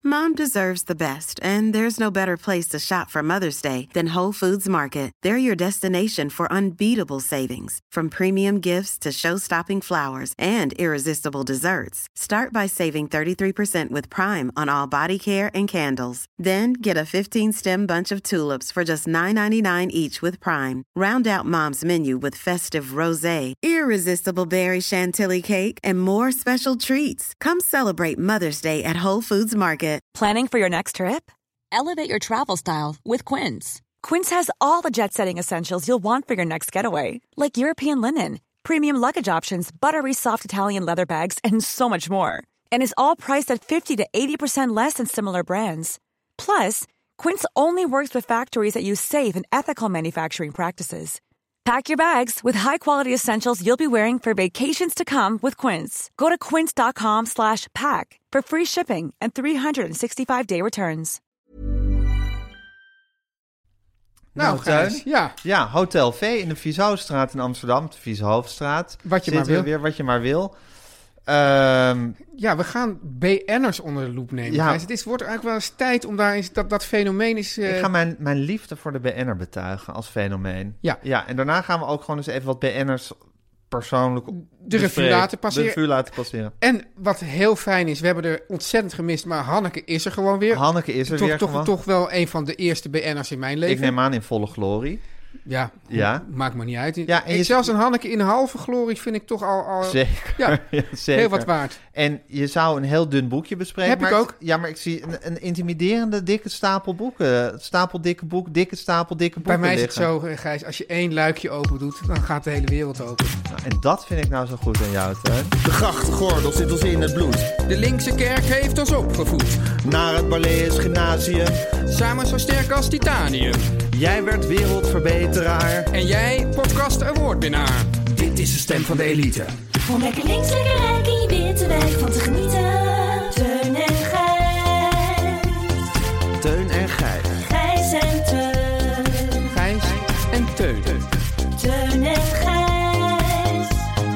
Mom deserves the best, and there's no better place to shop for Mother's Day than Whole Foods Market. They're your destination for unbeatable savings, from premium gifts to show-stopping flowers and irresistible desserts. Start by saving 33% with Prime on all body care and candles. Then get a 15-stem bunch of tulips for just $9.99 each with Prime. Round out Mom's menu with festive rosé, irresistible berry chantilly cake, and more special treats. Come celebrate Mother's Day at Whole Foods Market. Planning for your next trip? Elevate your travel style with Quince. Quince has all the jet-setting essentials you'll want for your next getaway, like European linen, premium luggage options, buttery soft Italian leather bags, and so much more. And is all priced at 50 to 80% less than similar brands. Plus, Quince only works with factories that use safe and ethical manufacturing practices. Pack your bags with high-quality essentials you'll be wearing for vacations to come with Quince. Go to quince.com/pack for free shipping and 365-day returns. Nou, Gijs, ja. Ja, Hotel V in de Vieshoofdstraat in Amsterdam, de Vieshoofdstraat. Wat je maar wil. Weer wat je maar wil. Ja, we gaan BN'ers onder de loep nemen. Ja. Het wordt eigenlijk wel eens tijd om daar eens... Dat fenomeen is... Ik ga mijn liefde voor de BN'er betuigen als fenomeen. Ja. En daarna gaan we ook gewoon eens even wat BN'ers persoonlijk... De revue laten passeren. En wat heel fijn is, we hebben er ontzettend gemist, maar Hanneke is er gewoon weer. Hanneke is er weer gewoon. Toch wel een van de eerste BN'ers in mijn leven. Ik neem aan in volle glorie. Ja, maakt me niet uit. Ja, en zelfs een Hanneke in halve glorie vind ik toch al zeker. Ja, zeker. Heel wat waard. En je zou een heel dun boekje bespreken. Heb ik ook. Maar ik zie een intimiderende dikke stapel boeken. Stapel dikke boeken boeken. Bij mij is het liggen. zo, Gijs, als je één luikje open doet, dan gaat de hele wereld open. Nou, en dat vind ik nou zo goed aan jou, Teun. De grachtgordel zit ons in het bloed. De linkse kerk heeft ons opgevoed. Naar het Barlees Gymnasium. Samen zo sterk als titanium. Jij werd wereldverbeteraar. En jij podcast awardwinnaar. Dit is de stem van de elite. Om lekker links, lekker rijk in je witte wijk van te genieten. Teun en Gijs. Teun en Gijs. Gijs en Teun. Gijs en Teun. Teun en Gijs.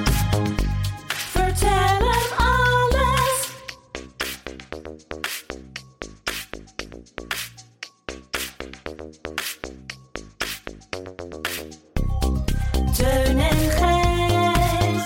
Vertel hem alles. Teun en Gijs.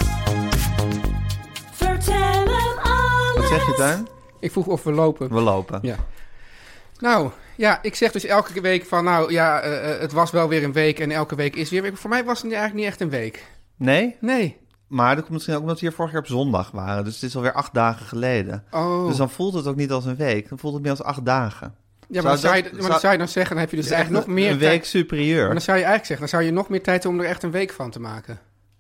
Vertel hem alles. Wat zeg je, Teun? Ik vroeg of we lopen. We lopen. Ja. Nou, ja, ik zeg dus elke week van, het was wel weer een week en elke week is weer een week. Voor mij was het eigenlijk niet echt een week. Nee? Nee. Maar dat komt misschien ook omdat we hier vorig jaar op zondag waren. Dus het is alweer 8 dagen geleden. Oh. Dus dan voelt het ook niet als een week. Dan voelt het meer als 8 dagen. Ja, maar dan zou je dan zeggen, dan heb je dus eigenlijk nog meer een week superieur. Maar dan zou je eigenlijk zeggen, dan zou je nog meer tijd hebben om er echt een week van te maken.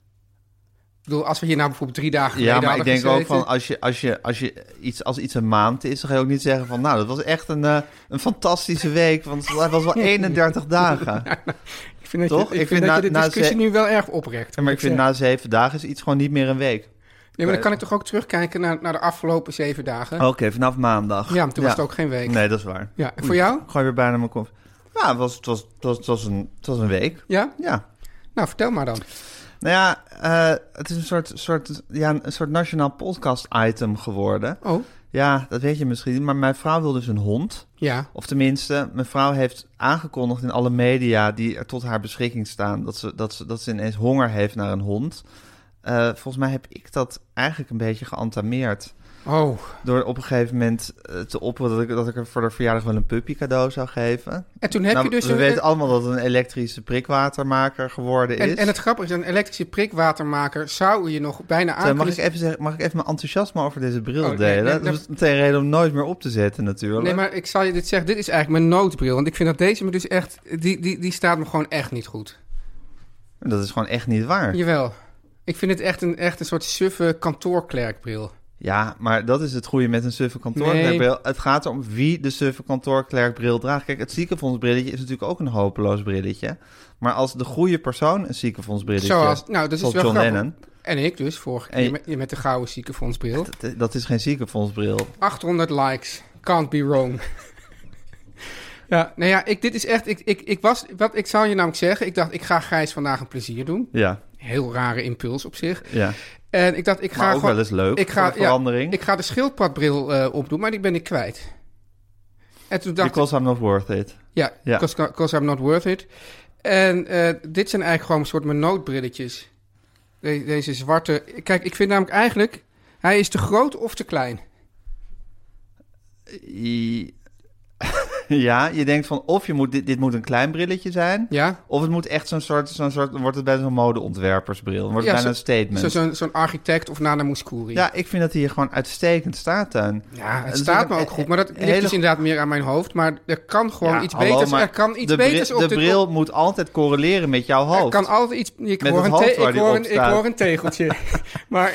Ik bedoel, als we hier nou bijvoorbeeld 3 dagen geleden maar ik hadden denk gezeten, ook van, als iets een maand is, dan ga je ook niet zeggen van, nou, dat was echt een fantastische week, want het was wel 31 dagen. Ik vind toch? Ik vind dat je de discussie nu wel erg oprekt. Maar ik vind na 7 dagen is iets gewoon niet meer een week. Nee, maar dan kan ik toch ook terugkijken naar de afgelopen 7 dagen. Oké, vanaf maandag. Ja, maar toen was het ook geen week. Nee, dat is waar. Ja, en voor jou? Ik gooi weer bijna mijn kop. Ja, het was een week. Ja? Ja. Nou, vertel maar dan. Nou ja, het is een soort nationaal podcast-item geworden. Oh. Ja, dat weet je misschien. Maar mijn vrouw wil dus een hond. Ja. Of tenminste, mijn vrouw heeft aangekondigd in alle media die er tot haar beschikking staan, dat ze ineens honger heeft naar een hond. Volgens mij heb ik dat eigenlijk een beetje geantameerd. Oh. Door op een gegeven moment te opperen dat ik er voor de verjaardag wel een puppy cadeau zou geven. En toen heb je dus... We weten allemaal dat het een elektrische prikwatermaker geworden is. En het grappige is, een elektrische prikwatermaker zou je nog bijna aan... Mag ik even mijn enthousiasme over deze bril delen? Dat is meteen reden om nooit meer op te zetten natuurlijk. Nee, maar ik zal je dit zeggen. Dit is eigenlijk mijn noodbril. Want ik vind dat deze me dus echt... Die staat me gewoon echt niet goed. Dat is gewoon echt niet waar. Jawel. Ik vind het echt een soort suffe kantoorklerkbril. Ja, maar dat is het goede met een suffe kantoorklerkbril. Nee. Het gaat erom wie de suffe kantoorklerkbril draagt. Kijk, het ziekenfondsbrilletje is natuurlijk ook een hopeloos brilletje. Maar als de goede persoon een ziekenfondsbrilletje... Zoals dat is wel John Lennon. En ik dus, vorige keer met de gouden ziekenfondsbril. Dat is geen ziekenfondsbril. 800 likes. Can't be wrong. Ja, nou ja, dit is echt... Ik zou je namelijk zeggen, ik dacht, ik ga Gijs vandaag een plezier doen. Ja. Heel rare impuls op zich. Ja. En ik dacht, ik ga maar ook gewoon... wel eens leuk, voor de verandering. Ik ga de schildpadbril opdoen, maar die ben ik kwijt. En toen dacht Because I'm not worth it. Ja, Ja. Because I'm not worth it. En dit zijn eigenlijk gewoon een soort mijn noodbrilletjes. Deze zwarte... Kijk, ik vind namelijk eigenlijk... Hij is te groot of te klein. Ja, je denkt van of je moet dit moet een klein brilletje zijn... Ja? of het moet echt zo'n soort... dan wordt het bij zo'n modeontwerpersbril. Dan wordt het bijna een statement. Zo'n architect of Nana Mouskouri. Ja, ik vind dat hij hier gewoon uitstekend staat, Teun. Ja, het is staat ook me een ook goed. Maar dat ligt hele- dus inderdaad meer aan mijn hoofd. Maar er kan gewoon iets beters. maar Er kan iets beters op de dit... bril moet altijd correleren met jouw hoofd. Er kan altijd iets... Ik Met hoor, het een, hoofd waar die op ik staat. hoor een tegeltje. Maar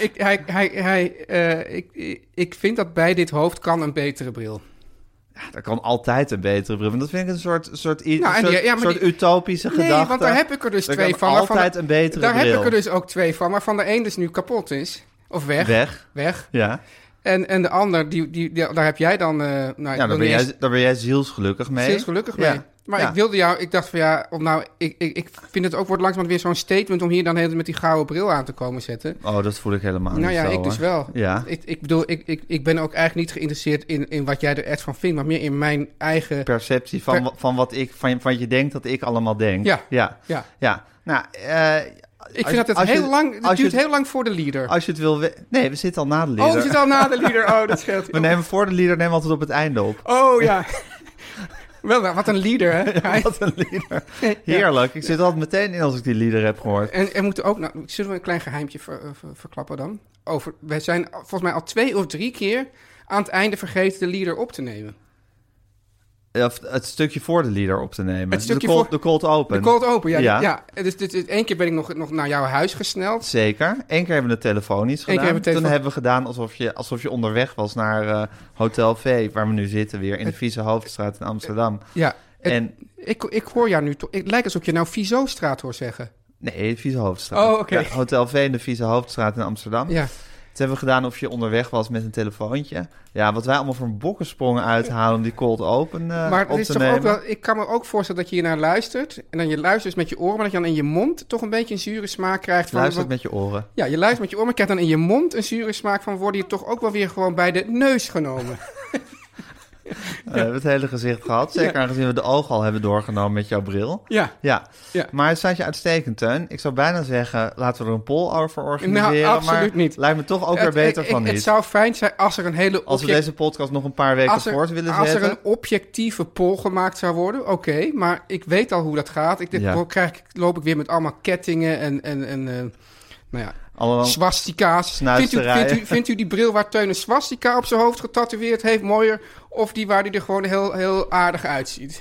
ik vind dat bij dit hoofd kan een betere bril. Ja, er kan altijd een betere bril. Want dat vind ik een soort die- utopische Nee, gedachte. want daar heb ik er dus Er twee kan van. waarvan altijd een betere daar bril. heb ik er dus ook twee van, waarvan de een dus nu kapot is. Of weg. Ja. En de ander, daar heb jij dan... Ja, daar ben jij zielsgelukkig mee. Steeds gelukkig Ja. mee. Maar Ja. ik dacht van ja, ik vind het ook wordt langzamerhand weer zo'n statement om hier dan helemaal met die gouden bril aan te komen zetten. Oh, dat voel ik helemaal Nou niet ja, zo, ik dus hoor. wel. Ja. Ik bedoel, ik ben ook eigenlijk niet geïnteresseerd in wat jij er echt van vindt, maar meer in mijn eigen... Perceptie van wat je denkt dat ik allemaal denk. Ja. Ja. Nou, Ik vind dat het duurt heel lang voor de leader. Als je het wil... Nee, we zitten al na de leader. Oh, we zitten al na de leader. Oh, dat scheelt. We nemen voor de leader nemen we altijd op het einde op. Oh, ja. Wel, wat een leader, hè? Wat een leader. Heerlijk. Ik zit altijd meteen in als ik die leader heb gehoord. En er moeten ook... Nou, zullen we een klein geheimtje verklappen dan? We zijn volgens mij al 2 of 3 keer aan het einde vergeten de leader op te nemen. Of het stukje voor de leader op te nemen. Het stukje de cold open. De cold open, ja. Ja. Ja. Dus 1 keer ben ik nog naar jouw huis gesneld. Zeker. 1 keer hebben we het telefonisch gedaan. Toen hebben we gedaan alsof je onderweg was naar Hotel V, waar we nu zitten weer, in de Vieze Hoofdstraat in Amsterdam. Ja. En ik hoor jou nu toch... Het lijkt alsof je nou Vizo-straat hoort zeggen. nee, de Vieze Hoofdstraat. Oh, oké. Ja, Hotel V in de Vieze Hoofdstraat in Amsterdam. Ja. Toen hebben we gedaan of je onderweg was met een telefoontje. Ja, wat wij allemaal voor bokkensprongen uithalen om die cold open Maar op het is te toch nemen. ook wel... Ik kan me ook voorstellen dat je hier naar luistert. En dan je luistert met je oren, maar dat je dan in je mond toch een beetje een zure smaak krijgt. Luister met je oren. Ja, je luistert met je oren, maar krijgt dan in je mond een zure smaak van... word je toch ook wel weer gewoon bij de neus genomen. We hebben het hele gezicht gehad. Zeker aangezien we de ogen al hebben doorgenomen met jouw bril. Ja. Ja. Ja. Maar het staat je uitstekend, Teun. Ik zou bijna zeggen, laten we er een poll over organiseren. Nou, absoluut maar niet. Lijkt me toch ook weer beter van niet. Het zou fijn zijn als er een hele... Als we deze podcast nog een paar weken voort willen Als zetten. er een objectieve poll gemaakt zou worden, oké. Maar ik weet al hoe dat gaat. Loop ik weer met allemaal kettingen en nou ja... Allemaal swastika's. snuisterijen. Vindt u die bril waar Teun een swastika op zijn hoofd getatoeëerd heeft mooier... of die waar hij er gewoon heel aardig uitziet?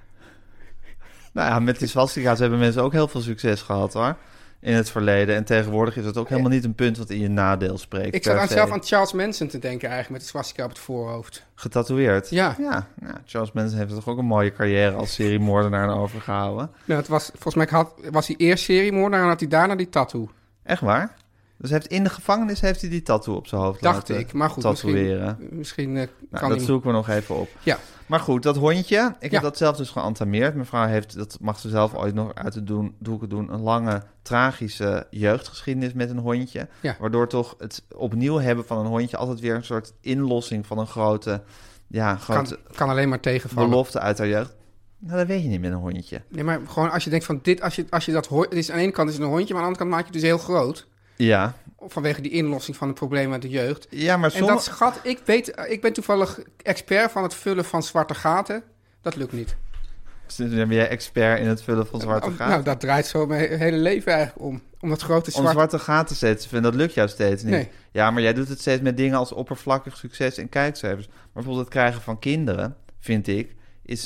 Nou ja, met die swastika's hebben mensen ook heel veel succes gehad, hoor. In het verleden. En tegenwoordig is het ook helemaal niet een punt wat in je nadeel spreekt. Ik zat zelf aan Charles Manson te denken eigenlijk... met de swastika op het voorhoofd. Getatoeëerd? Ja. Ja, Charles Manson heeft toch ook een mooie carrière als seriemoordenaar overgehouden. Nou, volgens mij was hij eerst seriemoordenaar... en had hij daarna die tattoo. Echt waar? Dus in de gevangenis heeft hij die tattoo op zijn hoofd Dacht laten ik, maar goed, tatoeëren. misschien kan Dat hij... zoeken we nog even op. Ja. Maar goed, dat hondje, ik heb dat zelf dus geantameerd. Mevrouw heeft, dat mag ze zelf ooit nog uit de doeken doen, een lange, tragische jeugdgeschiedenis met een hondje. Ja. Waardoor toch het opnieuw hebben van een hondje altijd weer een soort inlossing van een grote Kan alleen maar tegenvallen. belofte uit haar jeugd. Nou, dat weet je niet met een hondje. Nee, maar gewoon als je denkt van dit, als je dat hoort... Het is aan de ene kant is het een hondje, maar aan de andere kant maak je het dus heel groot. Ja. Vanwege die inlossing van de problemen uit de jeugd. Ja, maar En dat schat, ik ben toevallig expert van het vullen van zwarte gaten. Dat lukt niet. Dus ben jij expert in het vullen van zwarte gaten? Nou, dat draait zo mijn hele leven eigenlijk om. Om dat grote zwarte gaten steeds te vinden, dat lukt jou steeds niet. Nee. Ja, maar jij doet het steeds met dingen als oppervlakkig succes en kijkcijfers. Maar bijvoorbeeld het krijgen van kinderen, vind ik, is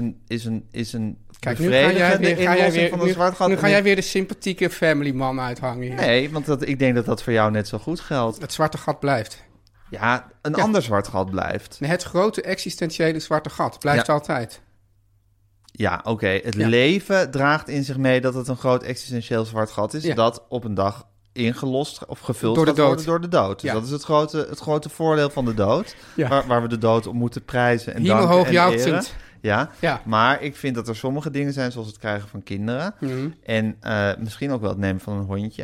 een Kijk, nu ga jij weer weer de sympathieke family man uithangen hier. Nee, want ik denk dat dat voor jou net zo goed geldt. Het zwarte gat blijft. Ja, een ander zwart gat blijft. Nee, het grote existentiële zwarte gat blijft altijd. Ja, oké. Het leven draagt in zich mee dat het een groot existentieel zwart gat is. Ja. Dat op een dag ingelost of gevuld door de dood. Dus dat is het grote voordeel van de dood. Ja. Waar we de dood om moeten prijzen en danken en eren. Ja, maar ik vind dat er sommige dingen zijn, zoals het krijgen van kinderen. Mm-hmm. En misschien ook wel het nemen van een hondje.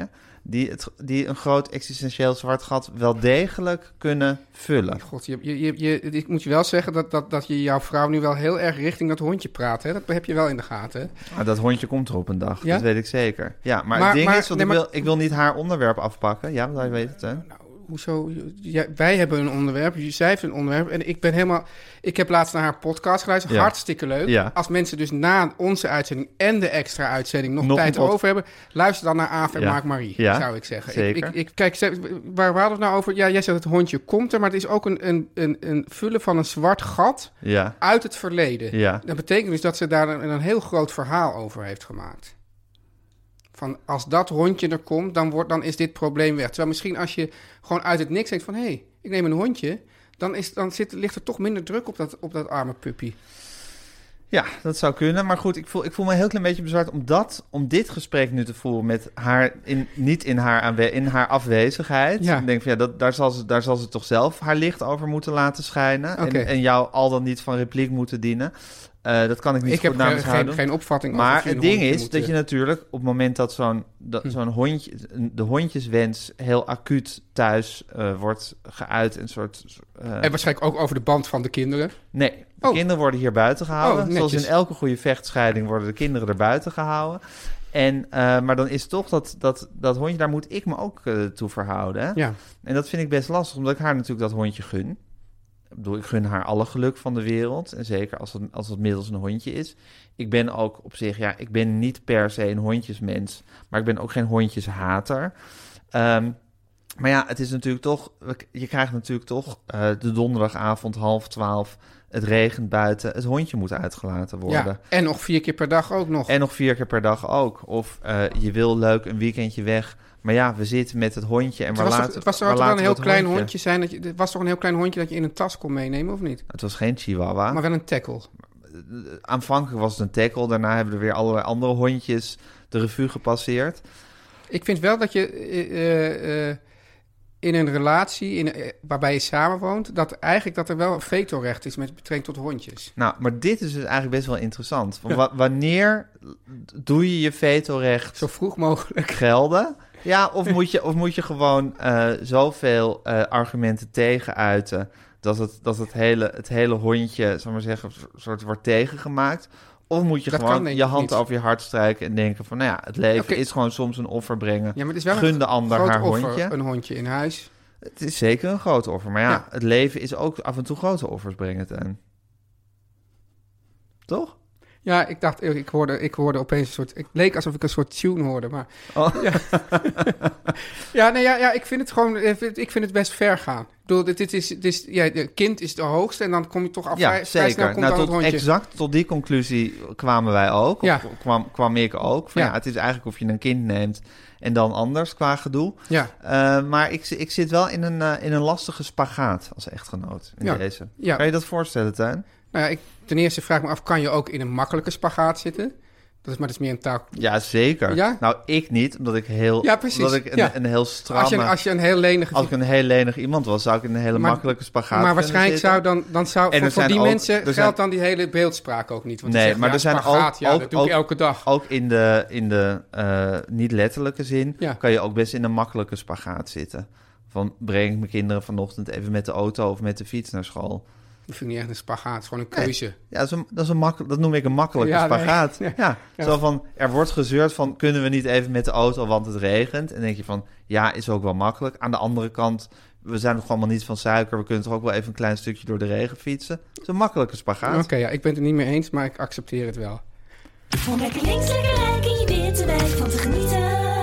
die een groot existentieel zwart gat wel degelijk kunnen vullen. God, ik moet je wel zeggen dat je jouw vrouw nu wel heel erg richting dat hondje praat. Hè? Dat heb je wel in de gaten. Hè? Maar dat hondje komt er op een dag, Ja? dat weet ik zeker. Ja, maar het ding is, want ik wil niet haar onderwerp afpakken. Ja, dat weet het, hè? Hoezo? Ja, wij hebben een onderwerp, zij heeft een onderwerp. En ik heb laatst naar haar podcast geluisterd. Ja. Hartstikke leuk. Ja. Als mensen dus na onze uitzending en de extra uitzending nog tijd over hebben, luister dan naar Aaf en Mark Marie, zou ik zeggen. Zeker. Kijk, waar hadden we het nou over? Ja, jij zegt het hondje komt er, maar het is ook een vullen van een zwart gat uit het verleden. Ja. Dat betekent dus dat ze daar een heel groot verhaal over heeft gemaakt. Van als dat hondje er komt, dan is dit probleem weg. Terwijl misschien als je gewoon uit het niks denkt van... hé, ik neem een hondje, ligt er toch minder druk op dat arme puppy. Ja, dat zou kunnen. Maar goed, ik voel me een heel klein beetje bezwaard om dit gesprek nu te voeren met haar, niet in haar afwezigheid. Ja. Ik denk van daar zal ze toch zelf haar licht over moeten laten schijnen. Okay. En jou al dan niet van repliek moeten dienen. Dat kan ik niet goed namens haar doen. Ik heb geen opvatting over. Maar het ding is dat je natuurlijk op het moment dat zo'n hondje, de hondjeswens heel acuut thuis wordt geuit, een soort... En waarschijnlijk ook over de band van de kinderen. Nee, de kinderen worden hier buiten gehouden. Netjes. Zoals in elke goede vechtscheiding worden de kinderen er buiten gehouden. Maar dan is toch dat hondje, daar moet ik me ook toe verhouden. Hè? Ja. En dat vind ik best lastig, omdat ik haar natuurlijk dat hondje gun. Ik gun haar alle geluk van de wereld. En zeker als het middels een hondje is. Ik ben ook op zich, ik ben niet per se een hondjesmens. Maar ik ben ook geen hondjeshater. Maar ja, het is natuurlijk toch... Je krijgt natuurlijk toch de donderdagavond 11:30... Het regent buiten, het hondje moet uitgelaten worden. Ja, en nog 4 keer per dag ook nog. En nog 4 keer per dag ook. Of je wil leuk een weekendje weg... Maar ja, we zitten met het hondje en het was toch wel een heel klein hondje zijn? Het was toch een heel klein hondje dat je in een tas kon meenemen, of niet? Het was geen chihuahua. Maar wel een tackle. Aanvankelijk was het een tackle. Daarna hebben er weer allerlei andere hondjes de revue gepasseerd. Ik vind wel dat je in een relatie waarbij je samenwoont... dat er wel een vetorecht is met betrekking tot hondjes. Nou, maar dit is dus eigenlijk best wel interessant. Want wanneer doe je vetorecht... Zo vroeg mogelijk. Gelden? Ja, of moet je gewoon zoveel argumenten tegen uiten... dat het hele hondje, zal maar zeggen, soort wordt tegengemaakt... Of moet je gewoon je hand over je hart strijken en denken van... nou ja, het leven is gewoon soms een offer brengen. Ja, maar het is wel gun de ander haar offer, hondje. Een hondje in huis. Het is zeker een groot offer. Maar het leven is ook af en toe grote offers brengen, Teun. Toch? Ja, ik dacht, ik hoorde opeens een soort... Het leek alsof ik een soort tune hoorde, maar... Oh. Ja. Ik vind het gewoon... Ik vind het best ver gaan. Ik bedoel, het kind is de hoogste en dan kom je toch af vrij snel komt dan het hondje. Exact tot die conclusie kwamen wij ook. Ja. Kwam ik ook. Van, het is eigenlijk of je een kind neemt en dan anders qua gedoe. Ja. Maar ik zit wel in een lastige spagaat als echtgenoot in deze. Ja. Kan je dat voorstellen, Teun? Nou ja, ten eerste vraag ik me af, kan je ook in een makkelijke spagaat zitten? Maar dat is meer een taak. Ja, zeker. Ja? Nou, ik niet, omdat ik een heel stramme... Als je een heel lenig... Als ik een heel lenig iemand was, zou ik in een hele makkelijke spagaat Maar waarschijnlijk zou voor die mensen geldt dan die hele beeldspraak ook niet. Want nee, zeggen, maar er zijn spagaat, dat doe ik elke dag. Ook in de niet letterlijke zin kan je ook best in een makkelijke spagaat zitten. Van, breng ik mijn kinderen vanochtend even met de auto of met de fiets naar school. Dat vind ik niet echt een spagaat, het is gewoon een keuze. Nee. Ja, dat noem ik een makkelijke spagaat. Nee. Ja. Zo van, er wordt gezeurd van, kunnen we niet even met de auto, want het regent? En dan denk je van, ja, is ook wel makkelijk. Aan de andere kant, we zijn nog allemaal niet van suiker. We kunnen toch ook wel even een klein stukje door de regen fietsen. Het is een makkelijke spagaat. Oké, ik ben het er niet mee eens, maar ik accepteer het wel. Om lekker links, lekker rijk in je witte wijk van te genieten.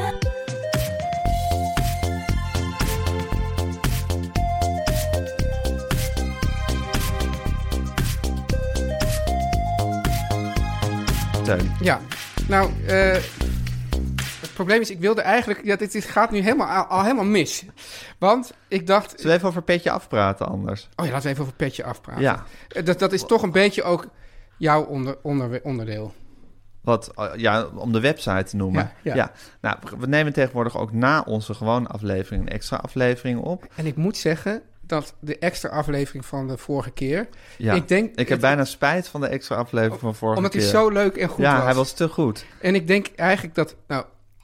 Ja, nou, het probleem is, ik wilde eigenlijk... Ja, dit gaat nu al helemaal mis. Want ik dacht... Zullen we even over Petje afpraten anders? Oh ja, laten we even over Petje afpraten. Ja. Dat is toch een beetje ook jouw onderdeel. Wat, om de website te noemen. Ja. Nou, we nemen tegenwoordig ook na onze gewone aflevering een extra aflevering op. En ik moet zeggen dat de extra aflevering van de vorige keer... Ja, ik heb bijna spijt van de extra aflevering van vorige keer. Omdat hij zo leuk en goed was. Ja, hij was te goed. En ik denk eigenlijk dat... Nou,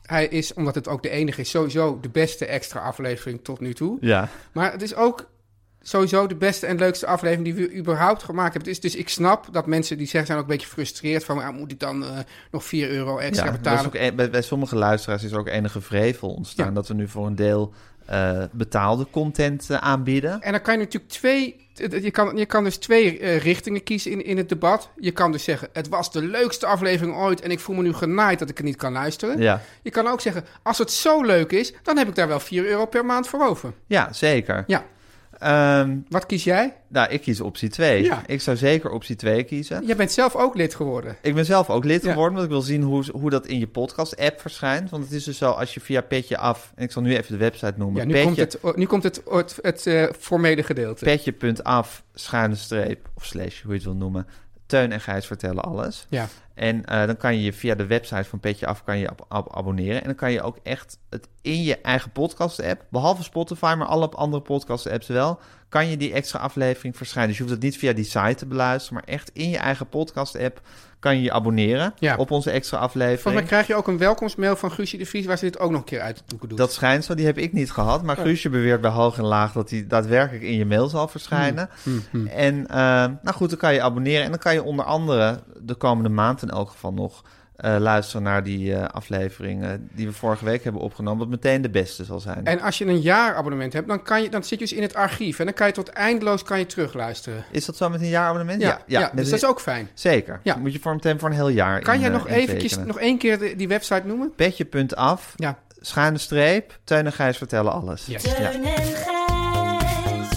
hij is, omdat het ook de enige is, sowieso de beste extra aflevering tot nu toe. Ja. Maar het is ook sowieso de beste en leukste aflevering die we überhaupt gemaakt hebben. Dus ik snap dat mensen die zeggen, zijn ook een beetje gefrustreerd van, moet ik dan nog €4 extra betalen? Dat is ook bij sommige luisteraars is er ook enige vrevel ontstaan dat we nu voor een deel betaalde content aanbieden. En dan kan je natuurlijk je kan dus twee richtingen kiezen in het debat. Je kan dus zeggen, het was de leukste aflevering ooit en ik voel me nu genaaid dat ik er niet kan luisteren. Ja. Je kan ook zeggen, als het zo leuk is, dan heb ik daar wel €4 per maand voor over. Ja, zeker. Ja. Wat kies jij? Nou, ik kies optie 2. Ja. Ik zou zeker optie 2 kiezen. Jij bent zelf ook lid geworden. Ik ben zelf ook lid geworden, want ik wil zien hoe dat in je podcast-app verschijnt. Want het is dus zo, als je via Petje Af... En ik zal nu even de website noemen. Ja, nu komt het formele gedeelte. Petje.af, / hoe je het wil noemen. Teun en Gijs vertellen alles. Ja. En dan kan je via de website van Petje Af kan je abonneren. En dan kan je ook echt het in je eigen podcast-app, behalve Spotify, maar alle andere podcast-apps wel, kan je die extra aflevering verschijnen. Dus je hoeft het niet via die site te beluisteren, maar echt in je eigen podcast-app kan je je abonneren op onze extra aflevering. Volgens mij krijg je ook een welkomstmail van Guusje de Vries, waar ze dit ook nog een keer uit het boeken doet. Dat schijnt zo, die heb ik niet gehad. Maar Guusje beweert bij hoog en laag dat die daadwerkelijk in je mail zal verschijnen. En nou goed, dan kan je abonneren. En dan kan je onder andere de komende maand in elk geval nog luisteren naar die afleveringen die we vorige week hebben opgenomen, wat meteen de beste zal zijn. En als je een jaarabonnement hebt, dan zit je dus in het archief en dan kan je tot eindeloos terugluisteren. Is dat zo met een jaarabonnement? Ja, dus dat is ook fijn. Zeker. Ja. Moet je meteen voor een heel jaar Kan jij nog eventjes nog één keer die website noemen? Petje.af, / Teun en Gijs vertellen alles. Yes. Teun en Gijs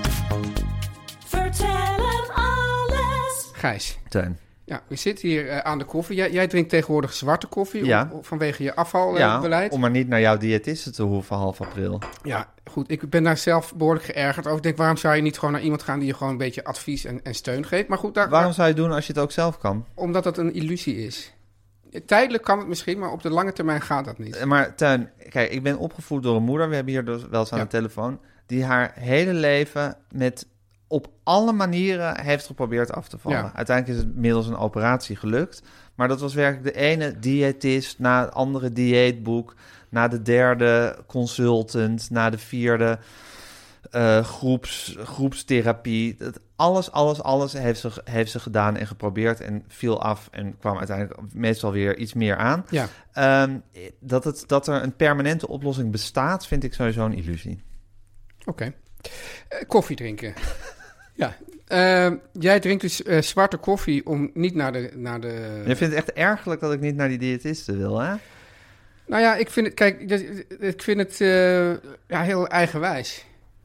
vertellen alles. Gijs. Teun. Ja, we zitten hier aan de koffie. Jij drinkt tegenwoordig zwarte koffie vanwege je afvalbeleid. Om maar niet naar jouw diëtiste te hoeven half april. Ja, goed. Ik ben daar zelf behoorlijk geërgerd over. Ik denk, waarom zou je niet gewoon naar iemand gaan die je gewoon een beetje advies en steun geeft? Maar goed, waarom zou je het doen als je het ook zelf kan? Omdat dat een illusie is. Tijdelijk kan het misschien, maar op de lange termijn gaat dat niet. Maar Teun, kijk, ik ben opgevoed door een moeder. We hebben hier dus wel eens aan de telefoon. Die haar hele leven op alle manieren heeft geprobeerd af te vallen. Ja. Uiteindelijk is het middels een operatie gelukt. Maar dat was werkelijk de ene diëtist na het andere dieetboek, na de derde consultant, na de vierde groepstherapie. Alles heeft ze gedaan en geprobeerd en viel af en kwam uiteindelijk meestal weer iets meer aan. Ja. Dat er een permanente oplossing bestaat, vind ik sowieso een illusie. Oké. Koffie drinken. Ja. Jij drinkt dus zwarte koffie om niet naar de... Je vindt het echt ergerlijk dat ik niet naar die diëtiste wil, hè? Nou ja, ik vind het heel eigenwijs.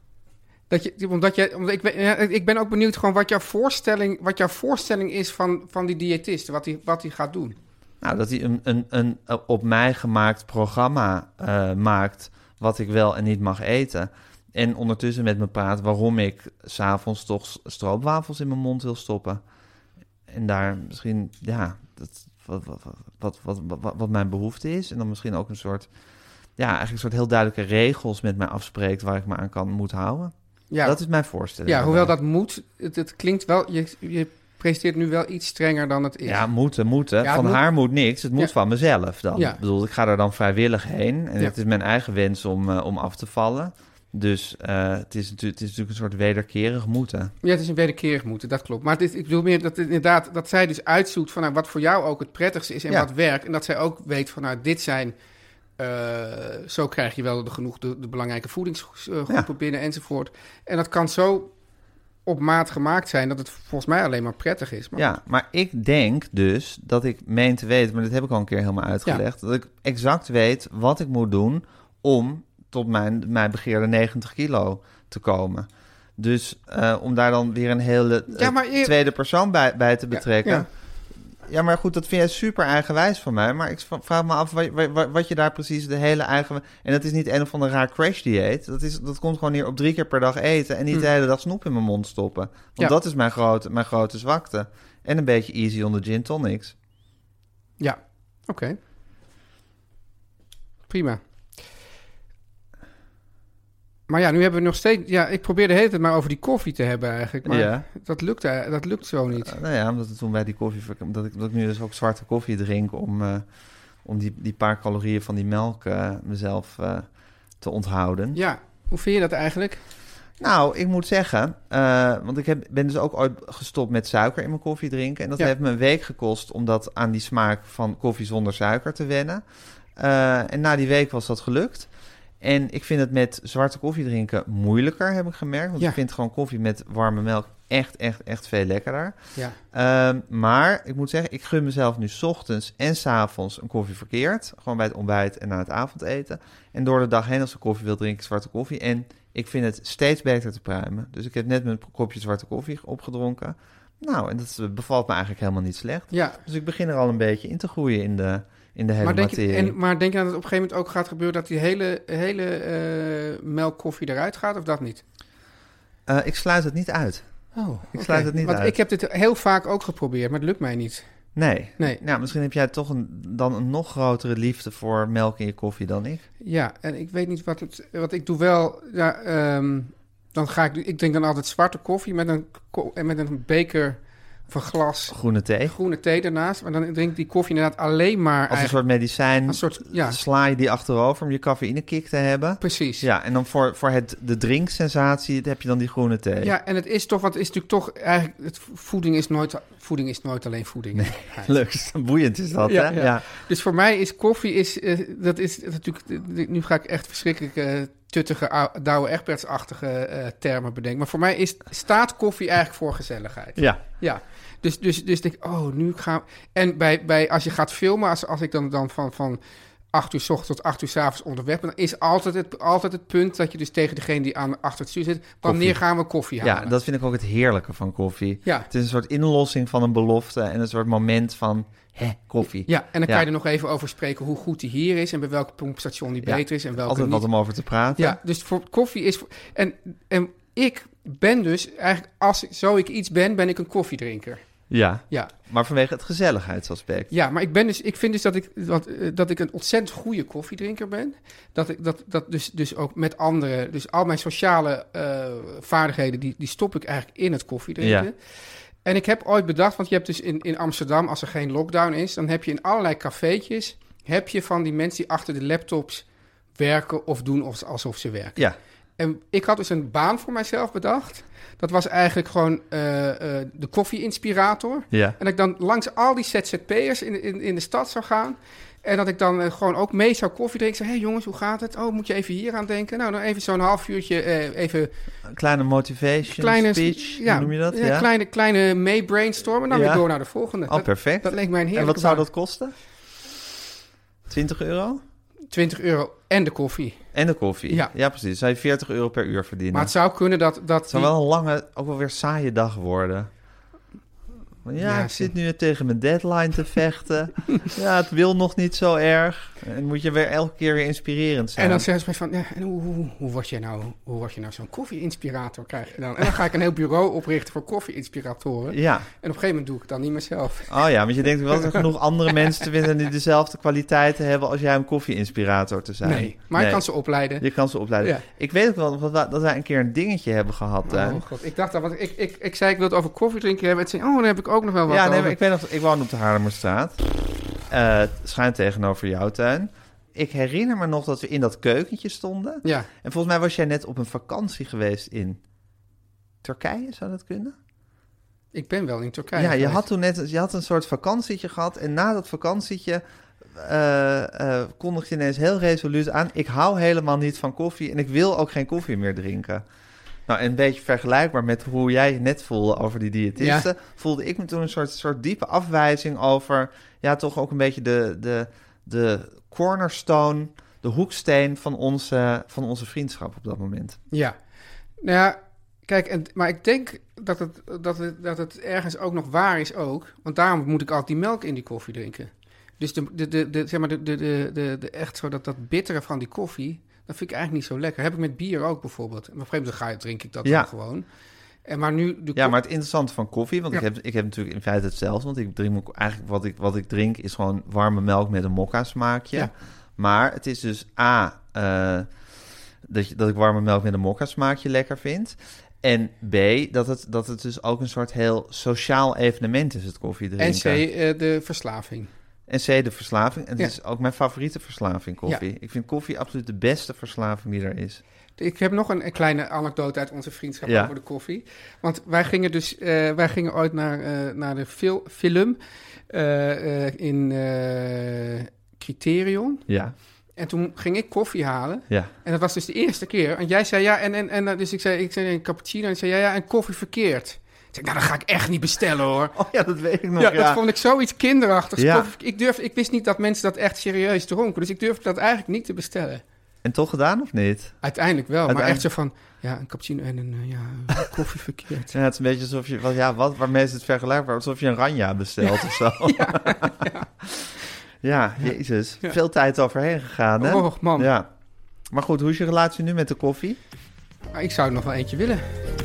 Ik ben ook benieuwd gewoon wat jouw voorstelling is van die diëtist, wat hij gaat doen. Nou, dat hij een op mij gemaakt programma maakt wat ik wel en niet mag eten. En ondertussen met me praat waarom ik 's avonds toch stroopwafels in mijn mond wil stoppen. En daar misschien, wat mijn behoefte is. En dan misschien ook een soort heel duidelijke regels met mij afspreekt waar ik me aan moet houden. Ja. Dat is mijn voorstelling. Ja, hoewel dat moet, het klinkt wel, je presenteert nu wel iets strenger dan het is. Ja, moeten. Ja, van haar moet niks, het moet van mezelf dan. Ja. Ik bedoel, ik ga er dan vrijwillig heen. En het is mijn eigen wens om af te vallen. Dus het is natuurlijk een soort wederkerig moeten. Ja, het is een wederkerig moeten, dat klopt. Maar ik bedoel meer dat inderdaad dat zij dus uitzoekt van wat voor jou ook het prettigste is en wat werkt. En dat zij ook weet van dit zijn... zo krijg je wel genoeg de belangrijke voedingsgroepen binnen enzovoort. En dat kan zo op maat gemaakt zijn dat het volgens mij alleen maar prettig is. Maar ik denk dus dat ik meen te weten, maar dat heb ik al een keer helemaal uitgelegd, dat ik exact weet wat ik moet doen om tot mijn begeerde 90 kilo te komen. Dus om daar dan weer een hele tweede persoon bij te betrekken. Ja, maar goed, dat vind jij super eigenwijs van mij. Maar ik vraag me af wat je daar precies de hele eigen... En dat is niet een of ander raar crash-dieet. Dat komt gewoon neer op 3 keer per dag eten... en niet de hele dag snoep in mijn mond stoppen. Want dat is mijn grote zwakte. En een beetje easy on the gin tonics. Ja, oké. Prima. Maar ja, nu hebben we nog steeds... Ja, ik probeer de hele tijd maar over die koffie te hebben eigenlijk. Maar dat lukt zo niet. Omdat het toen bij die koffie... Dat ik nu dus ook zwarte koffie drink om die paar calorieën van die melk mezelf te onthouden. Ja, hoe vind je dat eigenlijk? Nou, ik moet zeggen, want ik ben dus ook ooit gestopt met suiker in mijn koffie drinken. En dat heeft me een week gekost om dat aan die smaak van koffie zonder suiker te wennen. En na die week was dat gelukt. En ik vind het met zwarte koffie drinken moeilijker, heb ik gemerkt. Want ik vind gewoon koffie met warme melk echt veel lekkerder. Ja. Maar ik moet zeggen, ik gun mezelf nu 's ochtends en 's avonds een koffie verkeerd. Gewoon bij het ontbijt en na het avondeten. En door de dag heen als ik koffie wil drinken, zwarte koffie. En ik vind het steeds beter te pruimen. Dus ik heb net mijn kopje zwarte koffie opgedronken. Nou, en dat bevalt me eigenlijk helemaal niet slecht. Ja. Dus ik begin er al een beetje in te groeien in de hele materie. Maar denk je dat het op een gegeven moment ook gaat gebeuren dat die hele melkkoffie eruit gaat, of dat niet? Ik sluit het niet uit. Oh, ik sluit het niet uit. Want ik heb dit heel vaak ook geprobeerd, maar het lukt mij niet. Nee. Nou, misschien heb jij toch dan een nog grotere liefde voor melk in je koffie dan ik. Ja, en ik weet niet wat ik doe wel. Ja, dan ga ik drink dan altijd zwarte koffie met een beker of een glas groene thee ernaast. Maar dan drink ik die koffie inderdaad alleen maar als een soort medicijn. Sla je die achterover om je cafeïnekick te hebben. Precies. Ja, en dan voor de drinksensatie heb je dan die groene thee. Ja, en het is toch, want het is natuurlijk toch eigenlijk, voeding is nooit alleen voeding. Nee, leuk, boeiend is dat, ja, hè? Ja. Dus voor mij is koffie, dat is natuurlijk, nu ga ik echt verschrikkelijk tuttige, Douwe Egberts-achtige termen bedenken. Maar voor mij staat koffie eigenlijk voor gezelligheid. Ja. Dus denk ik, nu gaan we... En bij als je gaat filmen, als ik dan van 8 uur 's ochtends tot 8 uur 's avonds onderweg ben, dan is altijd het punt dat je dus tegen degene die achter het stuur zit, wanneer gaan we koffie halen? Ja, dat vind ik ook het heerlijke van koffie. Ja. Het is een soort inlossing van een belofte en een soort moment van, koffie. Ja, en dan kan je er nog even over spreken hoe goed die hier is en bij welk pompstation die beter is en welke altijd niet. wat om over te praten. Ja, dus voor koffie is... En ik ben dus eigenlijk, zo ik iets ben ik een koffiedrinker. Ja, maar vanwege het gezelligheidsaspect. Ja, maar ik vind dus dat ik een ontzettend goede koffiedrinker ben. Dat dus ook met anderen... Dus al mijn sociale vaardigheden, die stop ik eigenlijk in het koffiedrinken. Ja. En ik heb ooit bedacht, want je hebt dus in Amsterdam, als er geen lockdown is, dan heb je in allerlei cafeetjes, heb je van die mensen die achter de laptops werken of doen alsof ze werken. Ja. En ik had dus een baan voor mijzelf bedacht. Dat was eigenlijk gewoon de koffie-inspirator. Ja. En dat ik dan langs al die ZZP'ers in de stad zou gaan. En dat ik dan gewoon ook mee zou koffie drinken. Zeg, hey jongens, hoe gaat het? Oh, moet je even hier aan denken? Nou, dan even zo'n half uurtje even... Een kleine motivation speech, hoe noem je dat? Ja, kleine mee-brainstormen. En dan weer door naar de volgende. Oh, perfect. Dat leek mij een heerlijke En wat zou dat kosten? €20? €20 en de koffie. En de koffie, ja precies. Dan zou je €40 per uur verdienen. Maar het zou kunnen dat het zou wel een lange, ook wel weer saaie dag worden. Ja, ik zit nu tegen mijn deadline te vechten. Ja, het wil nog niet zo erg. En moet je weer elke keer weer inspirerend zijn. En dan zeggen ze mij van, ja, en hoe word je nou zo'n koffie-inspirator, krijg je dan? En dan ga ik een heel bureau oprichten voor koffie-inspiratoren. Ja. En op een gegeven moment doe ik het dan niet meer zelf. Oh ja, want je denkt wel dat er genoeg andere mensen te vinden die dezelfde kwaliteiten hebben als jij om koffie-inspirator te zijn. Nee, maar je kan ze opleiden. Je kan ze opleiden. Ja. Ik weet ook wel dat wij een keer een dingetje hebben gehad. Oh god, ik dacht dat, want ik zei ik wil het over koffie drinken hebben. En zei, dan heb ik ook nog wel wat over. Maar ik weet nog, ik woon op de Haarlemmerstraat. Schuin tegenover jouw tuin. Ik herinner me nog dat we in dat keukentje stonden. Ja. En volgens mij was jij net op een vakantie geweest in Turkije, zou dat kunnen? Ik ben wel in Turkije Ja, geweest. je had een soort vakantietje gehad. En na dat vakantietje kondigde je ineens heel resoluut aan, ik hou helemaal niet van koffie en ik wil ook geen koffie meer drinken. Nou, een beetje vergelijkbaar met hoe jij je net voelde over die diëtisten, voelde ik me toen een soort diepe afwijzing over, ja, toch ook een beetje de cornerstone, de hoeksteen van onze vriendschap op dat moment. Ja, nou ja, kijk, maar ik denk dat het ergens ook nog waar is ook, want daarom moet ik altijd die melk in die koffie drinken. Dus echt zo dat bittere van die koffie, dat vind ik eigenlijk niet zo lekker. Heb ik met bier ook bijvoorbeeld. Maar op een gegeven moment drink ik dat dan gewoon. Maar nu maar het interessante van koffie, want ik heb natuurlijk in feite hetzelfde, want ik drink eigenlijk wat ik drink is gewoon warme melk met een mokka smaakje. Ja. Maar het is dus dat ik warme melk met een mokka smaakje lekker vind. En B, dat het dus ook een soort heel sociaal evenement is, het koffie drinken. En C, de verslaving. En C, de verslaving. En het Ja. is ook mijn favoriete verslaving, koffie. Ik vind koffie absoluut de beste verslaving die er is. Ik heb nog een kleine anekdote uit onze vriendschap Ja. over de koffie. Want wij gingen ooit naar de film in Criterion. Ja, En toen ging ik koffie halen. ja. En dat was dus de eerste keer. En jij zei ja, dus ik zei een cappuccino. En ik zei ja, en koffie verkeerd. Ik zei, nou, dat ga ik echt niet bestellen, hoor. Oh ja, dat weet ik nog, Ja, dat vond ik zoiets kinderachtigs. Ja. Ik wist niet dat mensen dat echt serieus dronken. Dus ik durfde dat eigenlijk niet te bestellen. En toch gedaan of niet? Uiteindelijk wel, maar Uiteindelijk- echt zo van... Ja, een cappuccino en een koffie verkeerd. Ja, het is een beetje alsof je... waarmee is het vergelijkbaar? Alsof je een ranja bestelt of zo. Ja, jezus. Ja. Veel tijd overheen gegaan, hè? Och, man. Ja. Maar goed, hoe is je relatie nu met de koffie? Maar ik zou er nog wel eentje willen.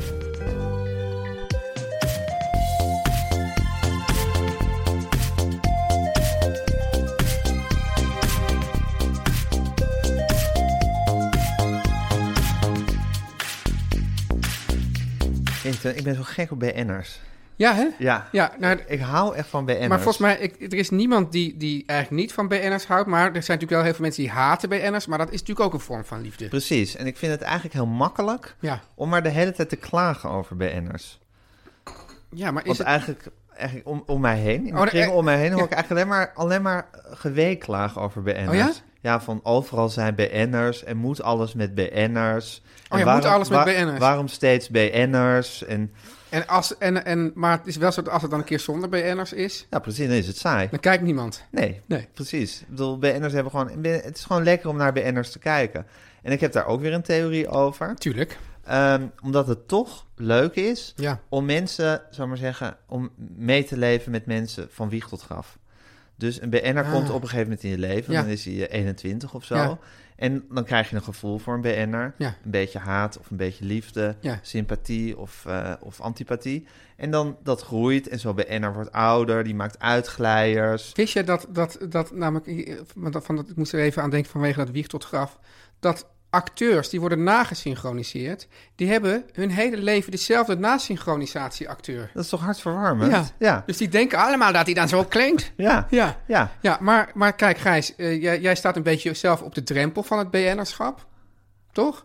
Ik ben zo gek op BN'ers. Ja, hè? Ja, Ja, nou, ik hou echt van BN'ers. maar volgens mij, er is niemand die eigenlijk niet van BN'ers houdt. Maar er zijn natuurlijk wel heel veel mensen die haten BN'ers. Maar dat is natuurlijk ook een vorm van liefde. Precies. En ik vind het eigenlijk heel makkelijk Ja, om maar de hele tijd te klagen over BN'ers. ja maar is Want het... eigenlijk om mij heen, in de Oh, kringen om mij heen, hoor ja. ik eigenlijk alleen maar geweeklagen over BN'ers. Oh ja? Ja, van overal zijn BN'ers en moet alles met BN'ers. Oh ja, En moet alles met BN'ers. Waarom steeds BN'ers? En Maar het is wel zo dat als het dan een keer zonder BN'ers is, ja, precies, dan is het saai. dan kijkt niemand. Nee, Nee. precies. Ik bedoel, BN'ers hebben gewoon... Het is gewoon lekker om naar BN'ers te kijken. En ik heb daar ook weer een theorie over. Tuurlijk. Omdat het toch leuk is Ja. om mensen, zou maar zeggen, om mee te leven met mensen van wieg tot graf. Dus een BN'er komt op een gegeven moment in je leven, Ja. dan is hij 21 of zo. Ja. En dan krijg je een gevoel voor een BN'er. Ja. Een beetje haat of een beetje liefde, Ja. sympathie of antipathie. En dan dat groeit en zo'n BN'er wordt ouder, die maakt uitglijers. Wist je dat namelijk, ik moest er even aan denken vanwege dat wieg tot graf, dat acteurs die worden nagesynchroniseerd, die hebben hun hele leven dezelfde nasynchronisatieacteur. Dat is toch hartverwarmend? Ja. Ja. Dus die denken allemaal dat hij dan zo klinkt. Ja. Ja, Ja. ja, maar kijk Gijs, jij staat een beetje zelf op de drempel van het BN'erschap, toch?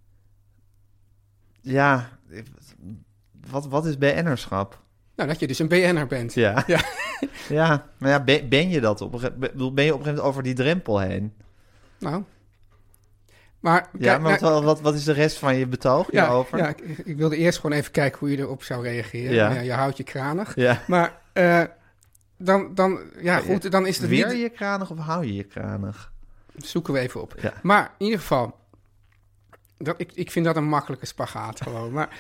Ja. Wat is BN'erschap? Nou, dat je dus een BN'er bent. Ja. Ja. Ja, maar ja, ben je dat ben je op een gegeven moment over die drempel heen? Nou. Maar, Ja, kijk, maar wat is de rest van je betoog hierover? Ja, ik wilde eerst gewoon even kijken hoe je erop zou reageren. Ja. Ja, je houdt je kranig. Ja. Maar goed, dan is het Weer niet... je kranig of hou je je kranig? Zoeken we even op. Ja. Maar in ieder geval, ik vind dat een makkelijke spagaat gewoon. Maar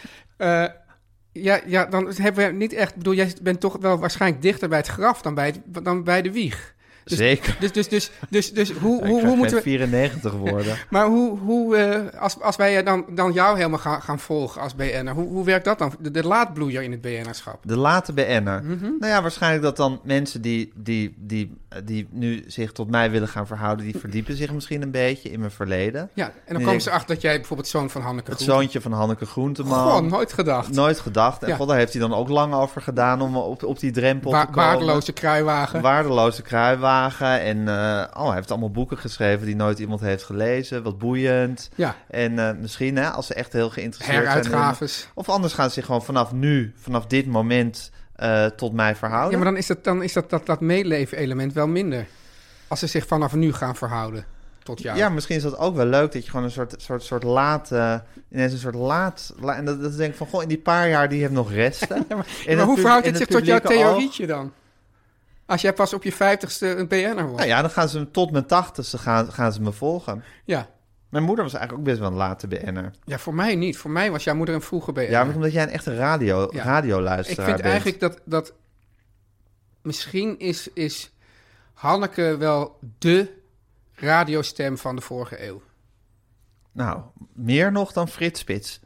dan hebben we niet echt... Ik bedoel, jij bent toch wel waarschijnlijk dichter bij het graf dan bij de wieg. Zeker. Dus hoe Ik ga moeten we... 94 worden. Maar als wij dan jou helemaal gaan volgen als BN'er, hoe werkt dat dan? De laadbloeier in het BN'erschap. De late BN'er. Mhm. Nou ja, waarschijnlijk dat dan mensen die nu zich tot mij willen gaan verhouden, die verdiepen zich misschien een beetje in mijn verleden. Ja, en dan Nee, komen ze achter dat jij bijvoorbeeld zoon van Hanneke Het Groente... zoontje van Hanneke Groenteman. Gewoon nooit gedacht. Nooit gedacht. En Ja. god, daar heeft hij dan ook lang over gedaan om op die drempel te komen. Waardeloze kruiwagen. Waardeloze kruiwagen. En hij heeft allemaal boeken geschreven die nooit iemand heeft gelezen. Wat boeiend. Ja, En misschien, als ze echt heel geïnteresseerd zijn. heruitgaves. Of anders gaan ze zich gewoon vanaf dit moment tot mij verhouden. Ja, maar dan is dat meeleven-element wel minder. Als ze zich vanaf nu gaan verhouden tot jou. Ja, misschien is dat ook wel leuk dat je gewoon een soort laat... ineens een soort laat... En dat denk ik van, goh, in die paar jaar die heeft nog resten. Maar hoe verhoudt het zich tot jouw theorietje dan? Als jij pas op je 50ste een BN'er wordt. Nou ja, dan gaan ze tot mijn 80ste gaan ze me volgen. Ja. Mijn moeder was eigenlijk ook best wel een late BN'er. Ja, voor mij niet. Voor mij was jouw moeder een vroege BN'er. Ja, maar omdat jij een echte Ja. radioluisteraar Ik vind bent. eigenlijk dat misschien is Hanneke wel de radiostem van de vorige eeuw. Nou, meer nog dan Frits Spits.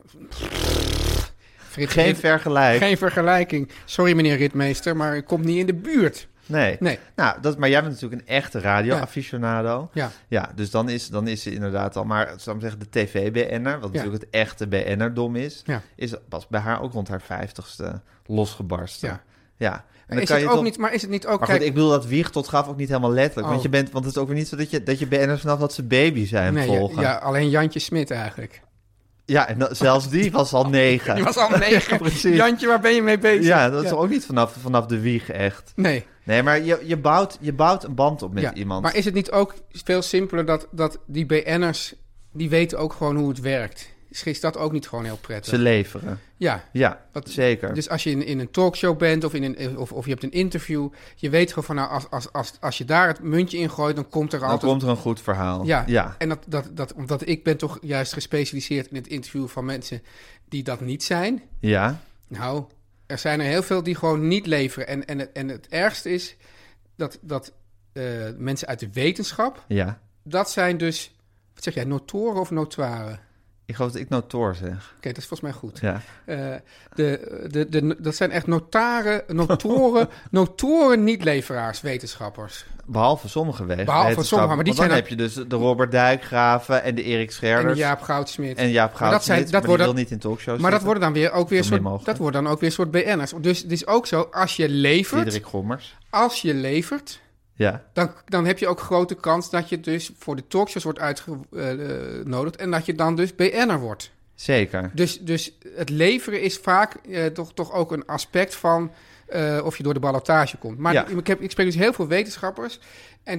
Frits Geen Rit- vergelijk. Geen vergelijking. Sorry meneer Ritmeester, maar ik kom niet in de buurt. Nee. Nee. Nou, maar jij bent natuurlijk een echte radio-aficionado. Ja. Ja, dus dan is ze inderdaad al... Maar zou ik zeggen, de tv-BN'er, wat natuurlijk het echte BN'erdom is... Ja. is pas bij haar ook rond haar 50ste losgebarsten. Ja. Ja. En dan Is kan het je ook toch... niet, maar is het niet ook... Maar kijk, goed, ik bedoel dat wieg tot graf ook niet helemaal letterlijk. Oh. Want het is ook weer niet zo dat je BN'ers vanaf dat ze baby zijn nee, volgen. ja, alleen Jantje Smit eigenlijk. Ja, en zelfs die was al 9. Die was al 9. precies. Jantje, waar ben je mee bezig? Ja, dat is ook niet vanaf de wieg echt. Nee. Nee, maar je bouwt een band op met Ja, iemand. maar is het niet ook veel simpeler dat die BN'ers... die weten ook gewoon hoe het werkt? Is dat ook niet gewoon heel prettig? Ze leveren. Ja. Ja, Wat- zeker. Dus als je in een talkshow bent of je hebt een interview... je weet gewoon van nou, als je daar het muntje in gooit... dan komt er Dan altijd... komt er een goed verhaal. Ja. En omdat ik ben toch juist gespecialiseerd in het interviewen van mensen... die dat niet zijn. Ja. Nou, er zijn er heel veel die gewoon niet leveren. En het ergste is dat mensen uit de wetenschap... Ja. dat zijn dus... wat zeg jij, notoren of notoire? Ik geloof dat ik notoor zeg. Oké, dat is volgens mij goed. Ja. Dat zijn echt notoren niet-leveraars, wetenschappers. Behalve sommige wegen. Behalve sommige, maar die Want dan zijn heb je dus de Robert Dijkgraven en de Erik En Scherders. de Jaap Goudsmit. En Jaap Maar dat zijn- Goudsmit, dat maar worden- die wil niet in talkshows Maar dat zitten. worden dan weer ook weer Zo min soort, mogelijk. dat worden dan ook weer soort BN'ers. Dus het is ook zo, als je levert, Diederik Gommers. als je levert, Ja. dan heb je ook grote kans dat je dus voor de talkshows wordt uitgenodigd en dat je dan dus BN'er wordt. Zeker. Dus het leveren is vaak toch ook een aspect van of je door de ballotage komt. Maar Ja. ik spreek dus heel veel wetenschappers en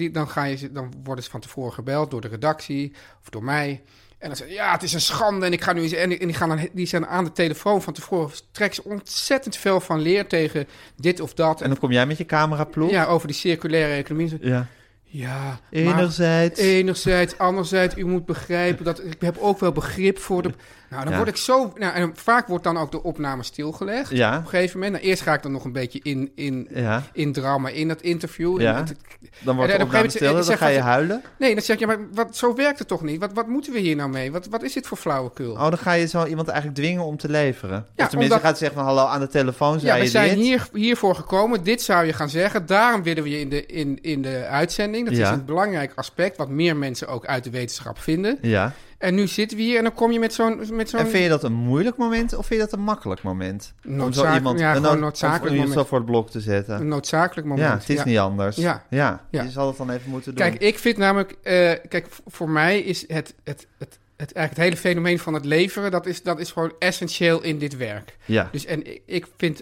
dan worden ze van tevoren gebeld door de redactie of door mij. En dan zeggen ze, ja, het is een schande en ik ga nu eens... En die zijn aan de telefoon van tevoren... trekken ze ontzettend veel van leer tegen dit of dat. En dan kom jij met je cameraploeg. Ja, over die circulaire economie. Ja. Ja, Enerzijds. enerzijds, anderzijds, u moet begrijpen dat ik heb ook wel begrip voor de... Nou, dan Ja. word ik zo... Nou, en vaak wordt dan ook de opname stilgelegd. Ja. Op een gegeven moment. Nou, eerst ga ik dan nog een beetje Ja. indrammen in dat interview. Ja. En Dan wordt en de op een gegeven opname stil en dan zeg ga je van- huilen. Nee, dan zeg je, maar zo werkt het toch niet? Wat moeten we hier nou mee? Wat is dit voor flauwekul? Oh, dan ga je zo iemand eigenlijk dwingen om te leveren. Ja, of tenminste, omdat- gaat zeggen van hallo, aan de telefoon zei Ja, we je zijn dit. hiervoor gekomen. Dit zou je gaan zeggen. Daarom willen we je in de uitzending. Dat Ja. is een belangrijk aspect... wat meer mensen ook uit de wetenschap vinden. Ja. En nu zitten we hier en dan kom je met zo'n... En vind je dat een moeilijk moment of vind je dat een makkelijk moment? Noodzakelijk, ja, gewoon noodzakelijk om iemand moment. zo voor het blok te zetten. een noodzakelijk moment. Ja, het is niet anders. Ja. Ja. Ja. Je zal het dan even moeten doen. Kijk, ik vind namelijk... voor mij is eigenlijk het hele fenomeen van het leveren... dat is gewoon essentieel in dit werk. Ja. Dus en ik vind...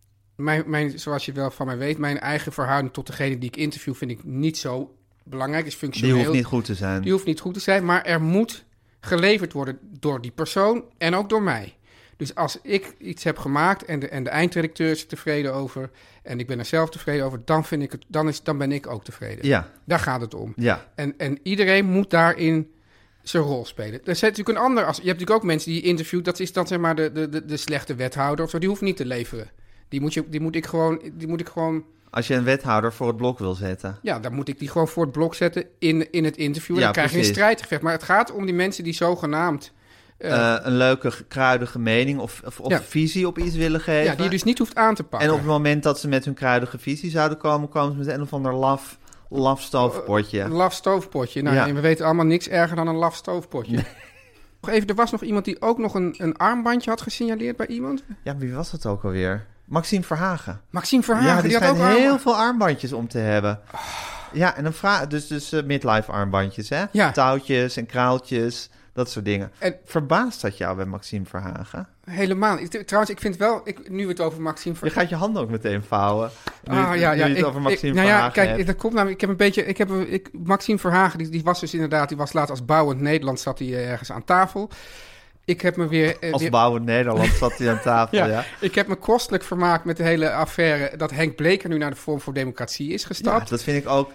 zoals je wel van mij weet... mijn eigen verhouding tot degene die ik interview... vind ik niet zo belangrijk. Is Die functioneel. hoeft niet goed te zijn. Die hoeft niet goed te zijn, maar er moet geleverd worden door die persoon en ook door mij. Dus als ik iets heb gemaakt en de eindredacteur is er tevreden over... en ik ben er zelf tevreden over, dan ben ik ook tevreden. Ja. Daar gaat het om. Ja. En iedereen moet daarin zijn rol spelen. Er is natuurlijk een ander... Je hebt natuurlijk ook mensen die je interviewt... dat is dan zeg maar de slechte wethouder of zo. Die hoeft niet te leveren. Die moet ik gewoon... Als je een wethouder voor het blok wil zetten. Ja, dan moet ik die gewoon voor het blok zetten in het interview. En Ja, dan krijg je een precies. strijdgevecht. Maar het gaat om die mensen die zogenaamd... Een leuke, kruidige mening of Ja. visie op iets willen geven. Ja, die je dus niet hoeft aan te pakken. En op het moment dat ze met hun kruidige visie zouden komen... komen ze met een of ander laf stoofpotje. Een laf stoofpotje. Nou, Ja. en we weten allemaal niks erger dan een laf stoofpotje. Nog even, er was nog iemand die ook nog een armbandje had gesignaleerd bij iemand. Ja, wie was het ook alweer? Maxime Verhagen. Maxime Verhagen, Ja, die had ook schijnt heel armband. veel armbandjes om te hebben. Ja, en dan dus midlife armbandjes, hè? Ja. Touwtjes en kraaltjes, dat soort dingen. En- Verbaast dat jou bij Maxime Verhagen? Helemaal. Trouwens, ik vind wel... nu we het over Maxime Je Verhagen... gaat je handen ook meteen vouwen. Nu je het over Maxime nou ja, Verhagen kijk, hebt. dat komt namelijk... Maxime Verhagen, die was dus inderdaad... die was laat als Bouwend Nederland, zat hij ergens aan tafel. Ik heb me weer... Als bouwend Nederland zat hij aan tafel, ja. Ik heb me kostelijk vermaakt met de hele affaire... dat Henk Bleker nu naar de Forum voor Democratie is Ja, gestapt. dat vind ik ook...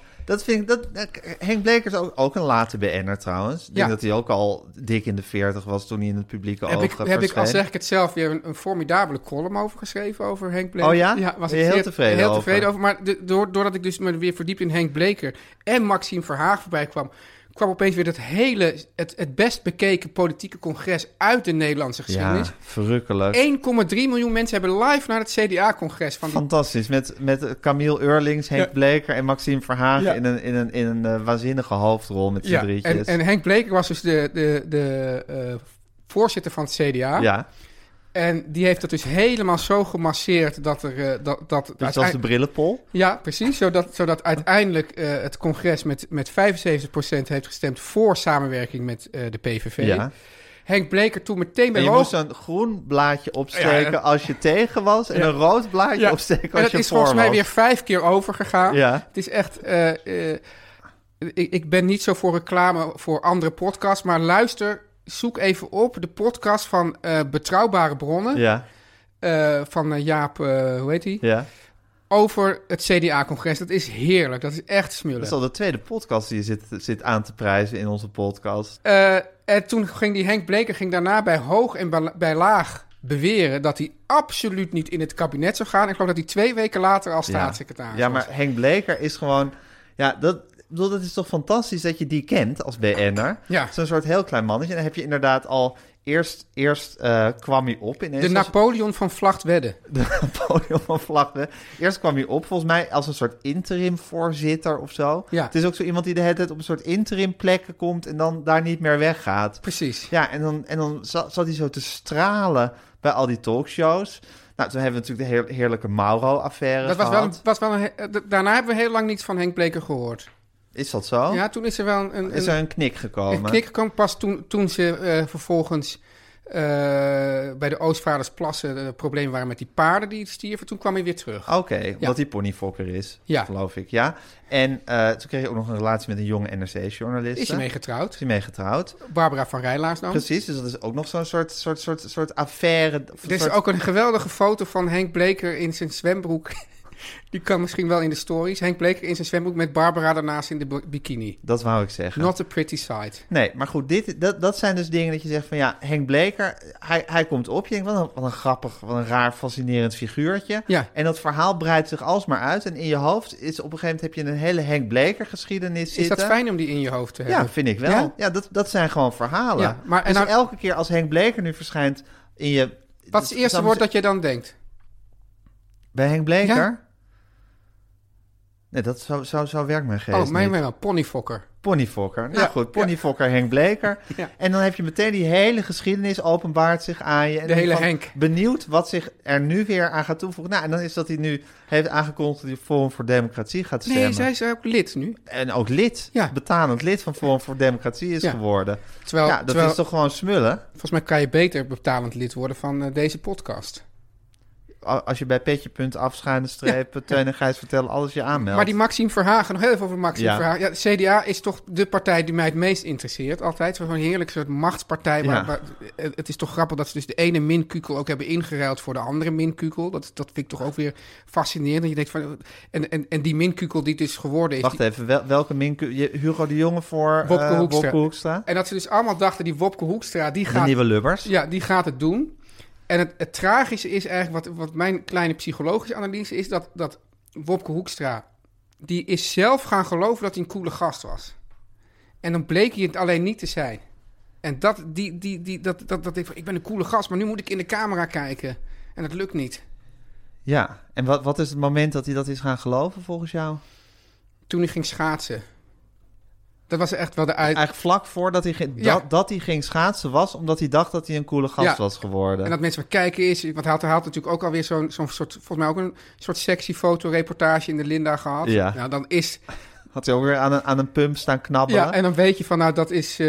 Henk Bleker is ook een late BN'er trouwens. Ik denk dat hij ook al dik in de 40 was toen hij in het publieke oog Heb ik, al verscheen. zeg ik het zelf, weer een formidabele column over geschreven over Henk Bleker. Oh ja? Was Ben ik je heel zeer- tevreden heel over? tevreden over. Maar doordat ik dus me weer verdiept in Henk Bleker en Maxime Verhagen voorbij kwam opeens weer het best bekeken politieke congres uit de Nederlandse geschiedenis. Ja, verrukkelijk. 1,3 miljoen mensen hebben live naar het CDA-congres van die... Fantastisch. Met Camille Eurlings, Henk Ja. Bleker en Maxime Verhagen Ja. in een waanzinnige hoofdrol met z'n Ja, drietjes. en Henk Bleker was dus de voorzitter van het CDA. Ja, En die heeft dat dus helemaal zo gemasseerd dat er... Dus dat is de brillenpol. Ja, precies. Zodat uiteindelijk het congres met 75% heeft gestemd voor samenwerking met de PVV. Ja. Henk Bleker toen meteen bij En je hoog... moest een groen blaadje opsteken Ja. als je tegen was... en Ja. een rood blaadje opsteken en als dat je is voor volgens mij was. weer 5 keer overgegaan. Ja. Het is echt... ik ben niet zo voor reclame voor andere podcasts, maar zoek even op de podcast van Betrouwbare Bronnen. Ja, Van Jaap, hoe heet hij? ja. Over het CDA-congres. Dat is heerlijk. Dat is echt smullen. Dat is al de tweede podcast die je zit aan te prijzen in onze podcast. En toen ging die Henk Bleker daarna bij hoog en bij laag beweren dat hij absoluut niet in het kabinet zou gaan. Ik geloof dat hij 2 weken later als staatssecretaris Ja, was. maar Henk Bleker is gewoon... Ja, dat is toch fantastisch dat je die kent als BN'er. Ja. Zo'n soort heel klein mannetje. En dan heb je inderdaad al... Eerst kwam hij op ineens. De Napoleon van Vlachtwedde. De Napoleon van Vlachtwedde. Eerst kwam hij op, volgens mij, als een soort interim-voorzitter of zo. Ja. Het is ook zo iemand die de hele tijd op een soort interim-plekken komt... en dan daar niet meer weggaat. Precies. Ja, en dan zat hij zo te stralen bij al die talkshows. Nou, toen hebben we natuurlijk de heerlijke Mauro-affaire Dat gehad. was wel daarna hebben we heel lang niets van Henk Bleker gehoord. Is dat zo? Ja, toen is er wel Is er een knik gekomen? een knik kwam pas toen ze vervolgens bij de Oostvaardersplassen de problemen waren met die paarden die stierven. Toen kwam hij weer terug. Oké, omdat hij ponyfokker is, Ja. geloof ik, ja. En toen kreeg je ook nog een relatie met een jonge NRC-journalist. Is hij mee getrouwd? Is hij mee getrouwd? Barbara van Rijlaars dan. Precies, dus dat is ook nog zo'n soort affaire. Er is ook een geweldige foto van Henk Bleker in zijn zwembroek. Die kan misschien wel in de stories. Henk Bleker in zijn zwembroek met Barbara daarnaast in de bikini. Dat wou ik zeggen. Not a pretty sight. Nee, maar goed, dat zijn dus dingen dat je zegt van ja, Henk Bleker, hij komt op. Je denkt, wat een grappig, wat een raar, fascinerend figuurtje. Ja. En dat verhaal breidt zich alsmaar uit. En in je hoofd is op een gegeven moment heb je een hele Henk Bleker geschiedenis Is zitten. dat fijn om die in je hoofd te hebben? Ja, vind ik wel. Ja? Ja, dat zijn gewoon verhalen. Ja, maar- en dus nou- elke keer als Henk Bleker nu verschijnt in je... Wat is het eerste woord dat je dan denkt? Bij Henk Bleker? Ja? Nee, dat zou werk mijn geest Oh, mijn niet. wel. Ponyfokker. Ponyfokker. Nou Ja. goed, Ponyfokker Henk Bleker. Ja. En dan heb je meteen die hele geschiedenis openbaart zich aan je. En De hele van Henk. Benieuwd wat zich er nu weer aan gaat toevoegen. Nou, en dan is dat hij nu heeft aangekondigd dat hij Forum voor Democratie gaat stemmen. Nee, zij is ook lid nu. En ook lid, Ja. betalend lid van Forum voor Democratie is Ja. geworden. Terwijl, Ja, dat is toch gewoon smullen? volgens mij kan je beter betalend lid worden van deze podcast. Als je bij petje.af/streep Teun en Gijs vertellen alles je aanmeldt. Maar die Maxime Verhagen, nog heel even over Maxime Ja. Verhagen. Ja, de CDA is toch de partij die mij het meest interesseert. Altijd zo'n heerlijk soort machtspartij. Ja. Het is toch grappig dat ze dus de ene minkukel ook hebben ingeruild voor de andere minkukel. Dat vind ik toch ook weer fascinerend. Dat je denkt van, en die minkukel die dus geworden is... Wacht even, welke Hugo de Jonge voor Wopke Hoekstra. Wopke Hoekstra? En dat ze dus allemaal dachten, die Wopke Hoekstra, die De gaat... nieuwe Lubbers? Ja, die gaat het doen. En het tragische is eigenlijk, wat mijn kleine psychologische analyse is, dat Wopke Hoekstra, die is zelf gaan geloven dat hij een coole gast was. En dan bleek hij het alleen niet te zijn. En dat ik van, ik ben een coole gast, maar nu moet ik in de camera kijken. En dat lukt niet. Ja, en wat is het moment dat hij dat is gaan geloven volgens jou? Toen hij ging schaatsen. Dat was echt wel de Eigenlijk vlak voordat hij, Ja. dat hij ging schaatsen was, omdat hij dacht dat hij een coole gast Ja. was geworden. En dat mensen van kijken is, want hij had natuurlijk ook alweer zo'n soort, volgens mij ook een soort sexy fotoreportage in de Linda gehad. Ja. Nou, dan is... Had hij ook weer aan een pump staan knabbelen. Ja, en dan weet je van, nou,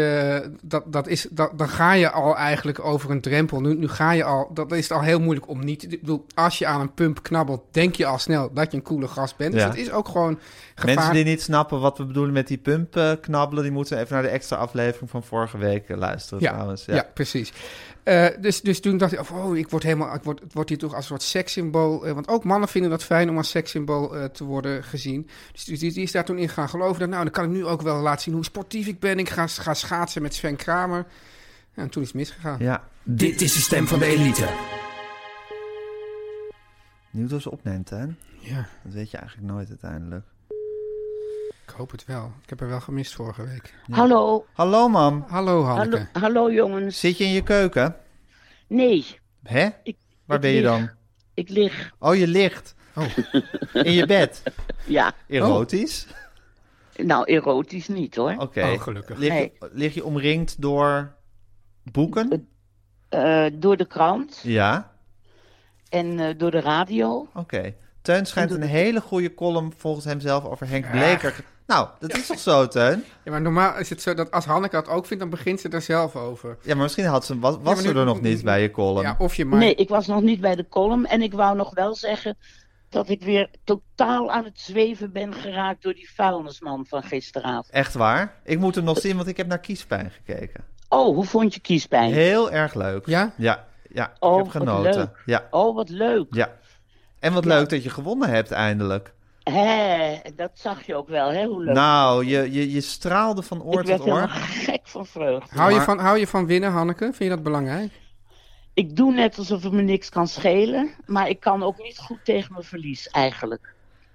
dan ga je al eigenlijk over een drempel. Nu ga je al, dat is het al heel moeilijk om niet... Ik bedoel, als je aan een pump knabbelt, denk je al snel dat je een coole gast bent. Dus Ja. dat is ook gewoon gevaar. Mensen die niet snappen wat we bedoelen met die pump knabbelen, die moeten even naar de extra aflevering van vorige week luisteren trouwens. Ja, precies. Dus toen dacht ik, het wordt hier toch als een soort sekssymbool. Want ook mannen vinden dat fijn om als sekssymbool te worden gezien. Dus die is daar toen in gaan geloven. Dan kan ik nu ook wel laten zien hoe sportief ik ben. Ik ga schaatsen met Sven Kramer. Ja, en toen is het misgegaan. Ja. Dit is de stem van de elite. Nieuw dat ze opneemt, hè? Ja, Dat weet je eigenlijk nooit uiteindelijk. ik hoop het wel. Ik heb er wel gemist vorige week. Ja. Hallo. Hallo, mam. Hallo, Hanneke. Hallo jongens. Zit je in je keuken? Nee, Hè? Waar ik ben je lig. dan? Ik lig. Oh, je ligt. Oh. In je bed. Ja, Erotisch? nou erotisch niet hoor. Oké. Oh, gelukkig. Lig je omringd door boeken? Door de krant Ja, en door de radio. oké. Teun schijnt een hele goede column volgens hemzelf over Henk Bleker. Nou, dat is toch zo, Teun? Ja, maar normaal is het zo dat als Hanneke dat ook vindt, dan begint ze er zelf over. Ja, maar misschien was maar ze nu- er nog niet bij je column. Ja, of je maar... Nee, ik was nog niet bij de column. En ik wou nog wel zeggen dat ik weer totaal aan het zweven ben geraakt door die vuilnisman van gisteravond. Echt waar? Ik moet hem nog zien, want ik heb naar Kiespijn gekeken. Oh, hoe vond je Kiespijn? Heel erg leuk. Ja? Ja, ik Oh, heb wat genoten. leuk. Ja, Oh, wat leuk. ja. En wat leuk dat je gewonnen hebt eindelijk. Hé, dat zag je ook wel, hè? Hoe leuk. Nou, je straalde van oor ik werd tot oor. helemaal gek van vreugde. Hou je van winnen, Hanneke? Vind je dat belangrijk? Ik doe net alsof het me niks kan schelen, maar ik kan ook niet goed tegen mijn verlies, eigenlijk.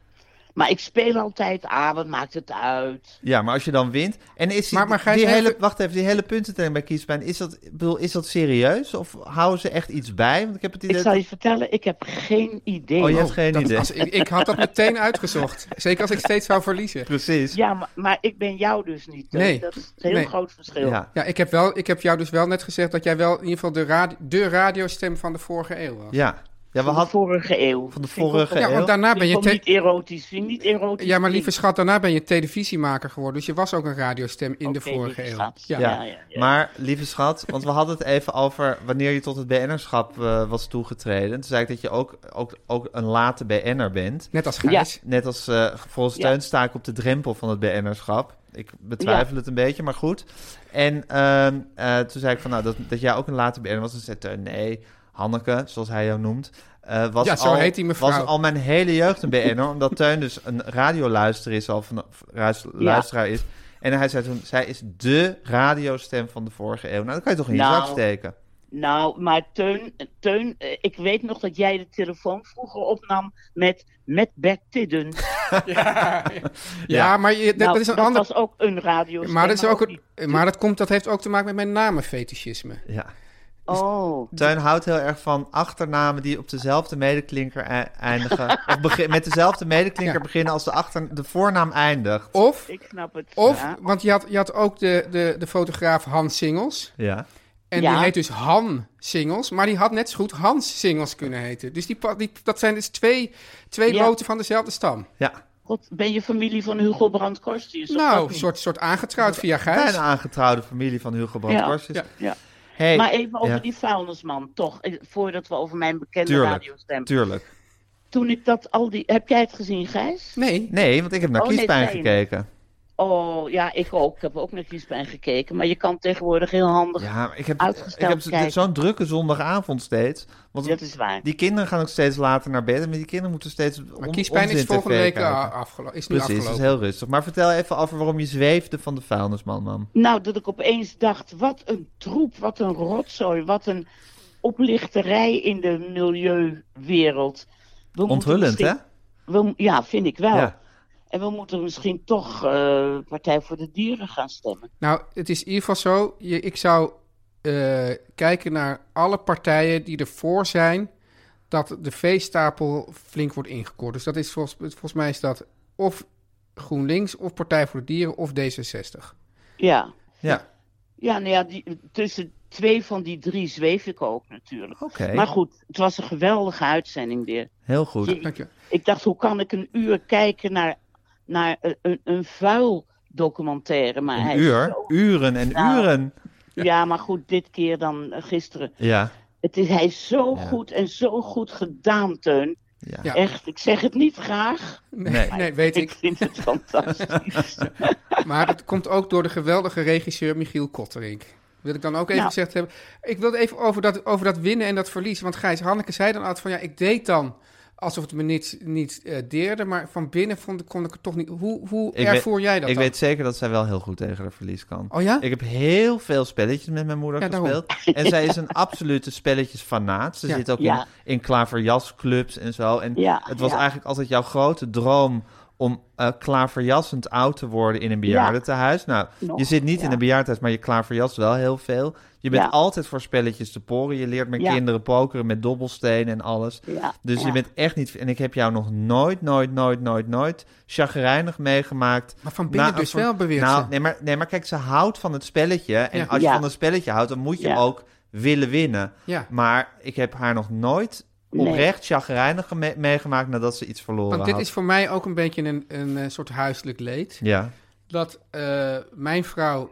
Maar ik speel altijd, wat maakt het uit? Ja, maar als je dan wint... En is Maar Gijs, wacht even, die hele puntentelling bij Kiespijn, is dat serieus? Of houden ze echt iets bij? Want ik heb het idee... Ik zal je vertellen, ik heb geen idee. Oh, je hebt geen idee. Ik had dat meteen uitgezocht. Zeker als ik steeds zou verliezen. Precies. Ja, maar ik ben jou dus niet. Nee. Dat is een heel groot verschil. Ja. Ja, ik heb jou dus wel net gezegd dat jij wel in ieder geval de radiostem van de vorige eeuw was. Ja. Ja, we Van de hadden vorige eeuw. van de Vind ik vorige ook- Ja, want daarna ben je... Vind ik ook niet erotisch. Vind ik niet erotisch. Ja, maar lieve schat, daarna ben je televisiemaker geworden. Dus je was ook een radiostem in de Oké, vorige lieve eeuw. schat. Ja. Ja. Maar, lieve schat, want we hadden het even over wanneer je tot het BN'erschap was toegetreden. Toen zei ik dat je ook een late BN'er bent. Net als Gijs. Net als volgens Ja. Teun sta ik op de drempel van het BN'erschap. Ik betwijfel het een beetje, maar goed. En toen zei ik van, nou, dat jij ook een late BN'er was. En zei Teun, nee, Hanneke, zoals hij jou noemt... Ja, zo heet die mevrouw. Was al mijn hele jeugd een BN'er, omdat Teun dus een radioluisteraar is, luisteraar is. En hij zei toen, zij is dé radiostem van de vorige eeuw. Nou, dat kan je toch in je Nou. zak steken? Nou, maar Teun, ik weet nog dat jij de telefoon vroeger opnam met Bert Tidden. Ja, maar dat is een dat ander... was ook een radiostem. Maar dat, is ook niet- dat heeft ook te maken met mijn namenfetischisme. Ja. Oh, Teun houdt heel erg van achternamen die op dezelfde medeklinker eindigen. Of met dezelfde medeklinker Ja. beginnen als de voornaam eindigt. Of, ik snap het. want je had ook de fotograaf Hans Singels. Ja. En Ja. die heet dus Han Singels. Maar die had net zo goed Hans Singels kunnen heten. Dus dat zijn dus twee Ja. loten van dezelfde stam. Ja. God, ben je familie van Hugo Brandt-Korstius? Nou, een soort aangetrouwd via Gijs. Bijna aangetrouwde familie van Hugo Brandt-Korstius. Ja. Ja. Hey, Maar even over ja, die vuilnisman, toch? Voordat we over mijn bekende Tuurlijk. radiostem... tuurlijk. Toen ik dat Heb jij het gezien, Gijs? Nee. Nee, want ik heb naar Oh, nee, Kiespijn zei je gekeken. Oh, ja, ik ook. Ik heb ook naar Kiespijn gekeken. Maar je kan tegenwoordig heel handig... Ja, maar ik heb Uitgesteld kijken. zo'n drukke zondagavond steeds. Want Dat is waar. die kinderen gaan ook steeds later naar bed. En die kinderen moeten steeds Maar Kiespijn is onzin volgende TV week kijken. afgelopen. Is nu Precies, dat is afgelopen. heel rustig. Maar vertel even over waarom je zweefde van de vuilnisman, mam. Nou, dat ik opeens dacht, wat een troep, wat een rotzooi, wat een oplichterij in de milieuwereld. We moeten Onthullend, hè? misschien- ja, vind ik wel. Ja. En we moeten misschien toch Partij voor de Dieren gaan stemmen. Nou, het is in ieder geval zo. Ik zou kijken naar alle partijen die ervoor zijn dat de veestapel flink wordt ingekort. Dus dat is volgens mij is dat of GroenLinks of Partij voor de Dieren of D66. Ja, Ja, ja, nou ja, tussen twee van die drie zweef ik ook natuurlijk. oké. Maar goed, het was een geweldige uitzending weer. Heel goed. Dank je. Ik dacht, hoe kan ik een uur kijken naar een vuil documentaire? Maar hij Een is uur? zo- Uren en Nou, uren. Ja, maar goed, dit keer dan gisteren. Ja, Hij is zo Ja. goed en zo goed gedaan, Teun. ja. Ja. Echt, ik zeg het niet graag. Nee, weet Ik ik. vind het fantastisch. Maar dat komt ook door de geweldige regisseur Michiel Kotterink. Wil ik dan ook even Nou. gezegd hebben. Ik wilde even over dat winnen en dat verliezen. Want Gijs Hanneke zei dan altijd van ja, ik deed dan alsof het me niet deerde. Maar van binnen kon ik het toch niet. Hoe ervoer jij dat Ik dan? weet zeker dat zij wel heel goed tegen haar verlies kan. Oh ja? Ik heb heel veel spelletjes met mijn moeder Ja, daarom. gespeeld. En zij is een absolute spelletjesfanaat. Ze Ja. zit ook Ja. in klaverjasclubs en zo. En Ja, het was ja. eigenlijk altijd jouw grote droom om klaverjassend oud te worden in een bejaardentehuis. Nou, Nog, je zit niet ja. in een bejaardentehuis, maar je klaverjast wel heel veel. Je bent Ja. altijd voor spelletjes te poren. Je leert met Ja. kinderen pokeren met dobbelstenen en alles. Ja, Dus ja. je bent echt niet... En ik heb jou nog nooit chagrijnig meegemaakt. Maar van binnen dus wel, beweert ze. Nee, maar kijk, ze houdt van het spelletje. En Ja. als je Ja. van een spelletje houdt, dan moet je Ja. ook willen winnen. Ja. Maar ik heb haar nog nooit oprecht chagrijnig meegemaakt nadat ze iets verloren Want dit had. is voor mij ook een beetje een soort huiselijk leed. Ja, Dat mijn vrouw,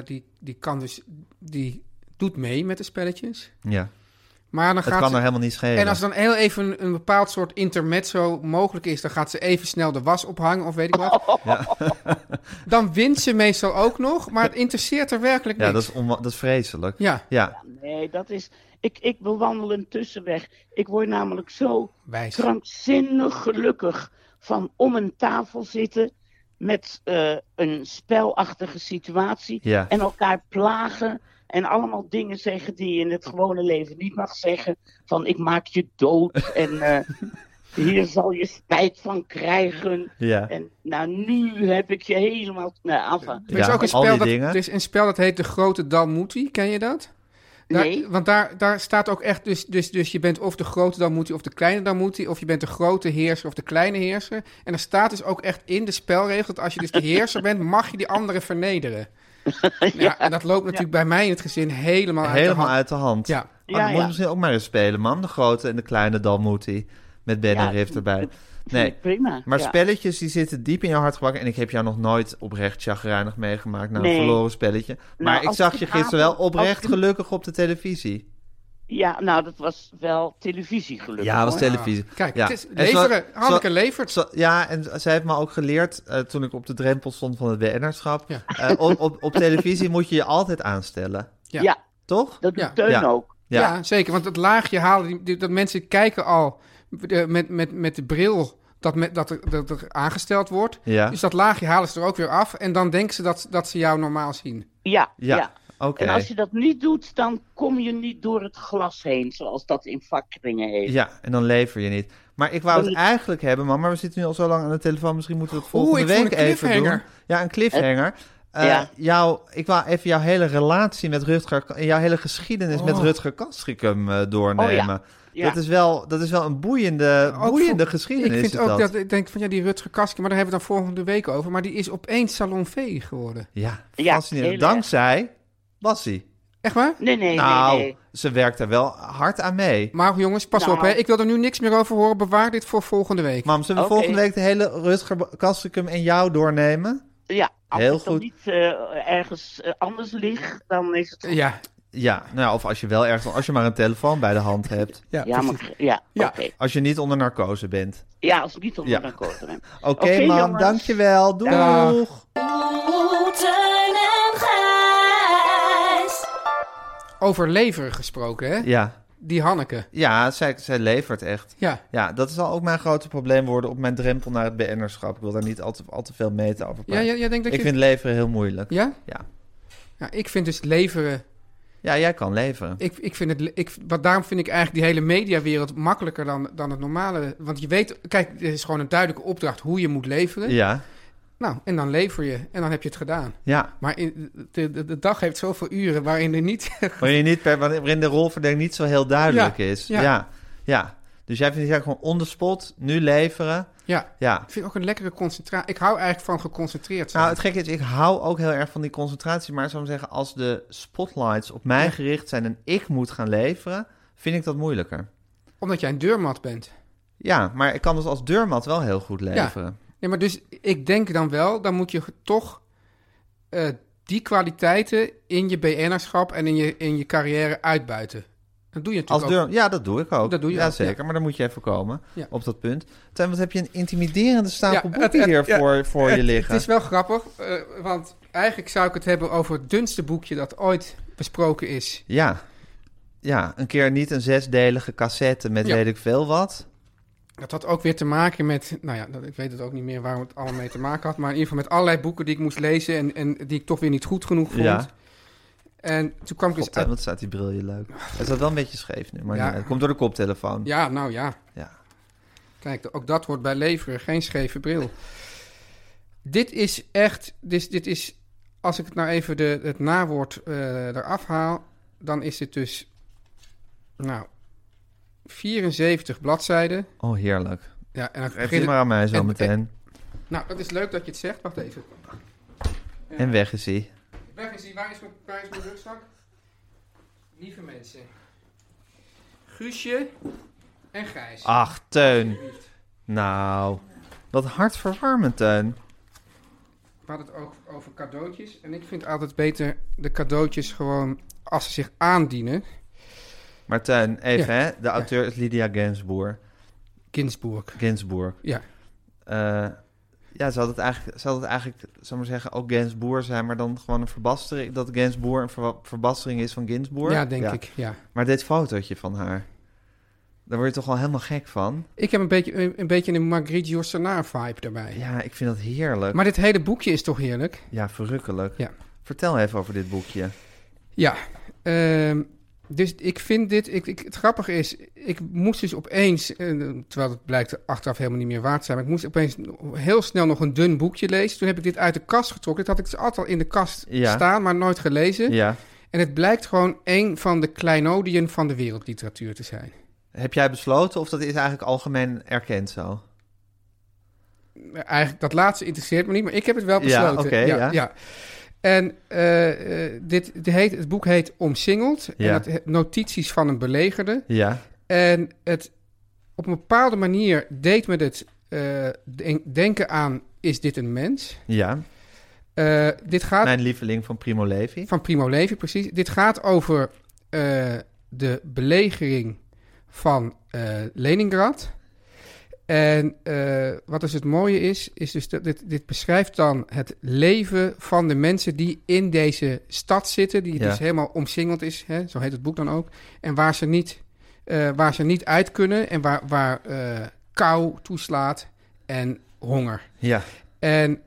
die doet mee met de spelletjes. ja. Maar dan Het gaat kan ze, er helemaal niet schelen. en als er dan heel even een bepaald soort intermezzo mogelijk is, dan gaat ze even snel de was ophangen of weet ik wat. Ja. Dan wint ze meestal ook nog, maar het interesseert er werkelijk Ja, niks. dat is vreselijk. Ja, Ja, Nee, dat is... Ik bewandel een tussenweg. Ik word namelijk zo wijs. krankzinnig gelukkig van om een tafel zitten met een spelachtige situatie Ja. en elkaar plagen en allemaal dingen zeggen die je in het gewone leven niet mag zeggen. Van ik maak je dood en hier zal je spijt van krijgen. ja. En nou, nu heb ik je helemaal... Nou, enfin. Er is Ja, ook een al spel, die dingen. er is een spel dat heet De Grote Dalmouti. Ken je dat? Nee. Want daar staat ook echt... Dus je bent of de grote Dalmouti of de kleine Dalmouti... of je bent de grote heerser of de kleine heerser. En er staat dus ook echt in de spelregel... dat als je dus de heerser bent, mag je die anderen vernederen. Ja, en dat loopt natuurlijk bij mij in het gezin helemaal uit de Helemaal hand. uit de hand. Ja. Oh, dan moet je Ja. misschien ook maar eens spelen, man. De grote en de kleine Dalmouti. Met Ben Ja. en Riff erbij. Nee, Prima. maar ja. spelletjes die zitten diep in je hart gebakken. En ik heb jou nog nooit oprecht chagrijnig meegemaakt na een Nee. verloren spelletje. Maar Nou, ik als zag ik je een gisteren wel avond- oprecht als ik- gelukkig op de televisie. Ja, nou, dat was wel televisie gelukkig. Ja, dat was hoor. televisie. Kijk, Ja. het is En zo- leveren. Hanneke levert. Ja, en zij heeft me ook geleerd, toen ik op de drempel stond van het BN'erschap. Ja. Op televisie moet je je altijd aanstellen. Ja. Ja, Toch? dat doet Ja. Teun Ja. ook. Ja. Zeker. Want het laagje halen... dat mensen kijken al met de bril... Dat er aangesteld wordt. Ja. Dus dat laagje halen ze er ook weer af. En dan denken ze dat ze jou normaal zien. Ja, Ja. ja. Oké. En als je dat niet doet, dan kom je niet door het glas heen, zoals dat in vakkringen heet. Ja, en dan lever je niet. Maar ik wou het eigenlijk hebben, man. Maar we zitten nu al zo lang aan de telefoon. Misschien moeten we het volgende ik voel week een even doen. cliffhanger. Ja, een cliffhanger. Ja. Ik wou even jouw hele relatie met Rutger... en jouw hele geschiedenis met Rutger Kastricum doornemen. Oh, ja. Dat is wel een boeiende geschiedenis. Ik vind is ook dat ik denk van die Rutger Kastricum, maar daar hebben we dan volgende week over. Maar die is opeens salonveeg geworden. Ja, Ja, fascinerend. heel erg. Dankzij Bassie. Echt waar? Nee. Nou, ze werkt er wel hard aan mee. Maar jongens, pas Nou. op, hè. Ik wil er nu niks meer over horen. Bewaar dit voor volgende week. Mam, zullen we Oké. volgende week de hele Rutger Kastricum en jou doornemen? Ja, als Heel ik dan goed. niet ergens anders lig, dan is het... Ja, Ja, nou ja, of als je wel ergens... Als je maar een telefoon bij de hand hebt. ja, Ja, precies. maar, ja, Ja. oké. Als je niet onder narcose bent. Ja, als ik niet onder Ja. narcose ben. Oké, Oké, mam, jongens. dankjewel. Doeg. Dag. Oeh, Teun en Gijs. Over leveren gesproken, hè? Ja, Die Hanneke. ja zij levert echt. Ja. Ja, dat zal ook mijn grote probleem worden op mijn drempel naar het BN'erschap. Ik wil daar niet al te veel meten over Ja, praten. jij denkt dat Ik je... vind leveren heel moeilijk. Ja? Ja. Ja, ik vind dus leveren... Ja, jij kan leveren. Ik vind daarom vind ik eigenlijk die hele mediawereld makkelijker dan het normale. Want je weet, kijk, er is gewoon een duidelijke opdracht hoe je moet leveren. Ja, Nou, en dan lever je en dan heb je het gedaan. ja. Maar de dag heeft zoveel uren waarin er niet... Waarin de rolverdeling niet zo heel duidelijk Ja, is. ja. Ja, ja. Dus jij vindt het eigenlijk gewoon on the spot, nu leveren. Ja, Ja. ik vind ook een lekkere concentratie. Ik hou eigenlijk van geconcentreerd zijn. Nou, het gekke is, ik hou ook heel erg van die concentratie. Maar zou ik zeggen, als de spotlights op mij gericht zijn en ik moet gaan leveren, vind ik dat moeilijker. Omdat jij een deurmat bent. Ja, maar ik kan dus als deurmat wel heel goed leveren. Nee, maar dus ik denk dan wel, dan moet je toch die kwaliteiten in je BN'erschap en in je carrière uitbuiten. Dat doe je Als natuurlijk ook. ja, dat doe ik ook. Dat doe je ja, ook, zeker. ja. Maar dan moet je even komen Ja. op dat punt. Teun, wat heb je een intimiderende stapel Ja, boeken hier ja, voor je liggen. Het is wel grappig, want eigenlijk zou ik het hebben over het dunste boekje dat ooit besproken is. Ja. Ja, een keer niet een 6-delige cassette met Ja. weet ik veel wat. Dat had ook weer te maken met, nou ja, ik weet het ook niet meer waar het allemaal mee te maken had, maar in ieder geval met allerlei boeken die ik moest lezen en die ik toch weer niet goed genoeg vond. Ja. En toen kwam ik dus God, uit... wat staat die bril je leuk. Het staat wel een beetje scheef nu, maar Ja. het komt door de koptelefoon. Ja, nou ja. Ja. Kijk, ook dat wordt bij leveren geen scheve bril. Dit is echt, dit is, als ik het nou even het nawoord eraf haal, dan is dit dus, nou, 74 bladzijden. Oh, heerlijk. Ja, en dan Geef die maar aan mij zo en- meteen. Nou, dat is leuk dat je het zegt. Wacht even. En weg is hij. Weg is die, waar is mijn rugzak? Lieve mensen. Guusje en Gijs. Ach, Teun. Nou, wat hartverwarmend, Teun. We hadden het ook over cadeautjes. En ik vind altijd beter de cadeautjes gewoon als ze zich aandienen. Maar Teun, even Ja. hè. De auteur is Lydia Ginsburg. Ja. Ja, zou het eigenlijk, zal maar zeggen, ook Gainsbourg zijn, maar dan gewoon een verbastering, dat Gainsbourg een verbastering is van Ginsburg? Ja, denk ik, ja. Maar dit fotootje van haar, daar word je toch al helemaal gek van? Ik heb een beetje een Marguerite Yourcenar vibe daarbij. Ja, ik vind dat heerlijk. Maar dit hele boekje is toch heerlijk? Ja, verrukkelijk. Ja. Vertel even over dit boekje. Ja, dus ik vind dit... het grappige is, ik moest dus opeens... terwijl het blijkt achteraf helemaal niet meer waard te zijn... maar ik moest opeens heel snel nog een dun boekje lezen. Toen heb ik dit uit de kast getrokken. Dit had ik dus altijd al in de kast staan, maar nooit gelezen. Ja. En het blijkt gewoon een van de kleinodiën van de wereldliteratuur te zijn. Heb jij besloten of dat is eigenlijk algemeen erkend zo? Eigenlijk, dat laatste interesseert me niet, maar ik heb het wel besloten. Ja, oké, ja. En het boek heet Omsingeld. Ja. En dat notities van een belegerde. Ja. En het op een bepaalde manier deed me het denken aan, is dit een mens? Ja. Dit gaat... Mijn lieveling van Primo Levi. Van Primo Levi, precies. Dit gaat over de belegering van Leningrad. En wat dus het mooie is dus dat dit beschrijft dan het leven van de mensen die in deze stad zitten, die dus helemaal omsingeld is, hè, zo heet het boek dan ook, en waar ze niet uit kunnen en waar kou toeslaat en honger. Ja. En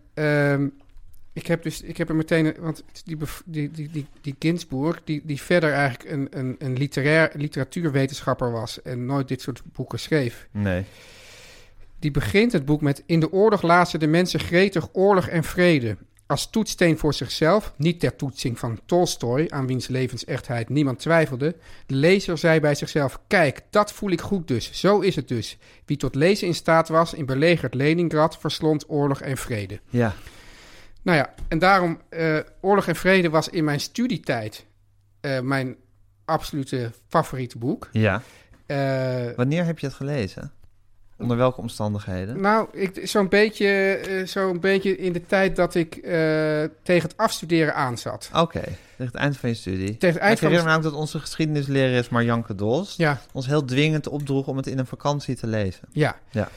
ik heb er meteen, want die Ginsburg, die verder eigenlijk een literatuurwetenschapper was en nooit dit soort boeken schreef. Nee. Die begint het boek met: in de oorlog lazen de mensen gretig oorlog en vrede. Als toetssteen voor zichzelf, niet ter toetsing van Tolstoj, aan wiens levensechtheid niemand twijfelde. De lezer zei bij zichzelf: kijk, dat voel ik goed dus, zo is het dus. Wie tot lezen in staat was, in belegerd Leningrad, verslond oorlog en vrede. Ja. Nou ja, en daarom, oorlog en vrede was in mijn studietijd mijn absolute favoriete boek. Ja. Wanneer heb je het gelezen? Onder welke omstandigheden? Nou, zo'n beetje in de tijd dat ik tegen het afstuderen aanzat. Oké, tegen het eind van je studie. Tegen het eind ik herinner me ook dat onze geschiedenislerares Marjanke Dols ons heel dwingend opdroeg om het in een vakantie te lezen. Ja.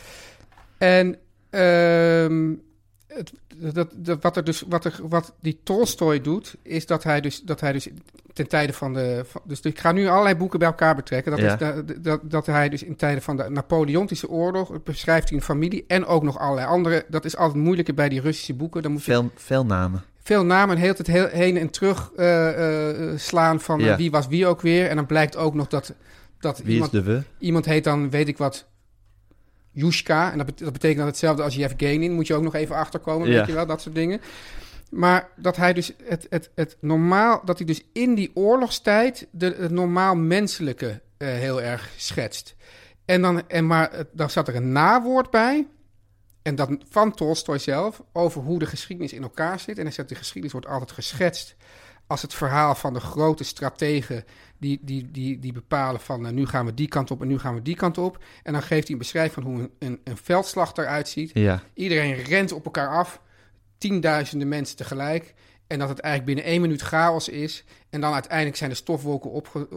En wat die Tolstoj doet, is dat hij dus ten tijde van dus ik ga nu allerlei boeken bij elkaar betrekken. Dat hij dus in tijden van de Napoleontische oorlog beschrijft hij een familie en ook nog allerlei andere. Dat is altijd moeilijker bij die Russische boeken. Dan moet veel namen. Veel namen en heel het heen en terug slaan van wie was wie ook weer. En dan blijkt ook nog dat wie is de we? Iemand heet dan, weet ik wat, Yushka. En dat betekent dan hetzelfde als Yevgenin. Moet je ook nog even achterkomen, weet je wel, dat soort dingen. Maar dat hij dus het normaal, dat hij dus in die oorlogstijd het normaal menselijke heel erg schetst. Daar zat er een nawoord bij. En dat van Tolstoj zelf, over hoe de geschiedenis in elkaar zit. En hij zegt, de geschiedenis wordt altijd geschetst als het verhaal van de grote strategen die bepalen van nu gaan we die kant op en nu gaan we die kant op. En dan geeft hij een beschrijving van hoe een veldslag eruit ziet. Ja. Iedereen rent op elkaar af, 10.000 mensen tegelijk. En dat het eigenlijk binnen 1 minuut chaos is. En dan uiteindelijk zijn de stofwolken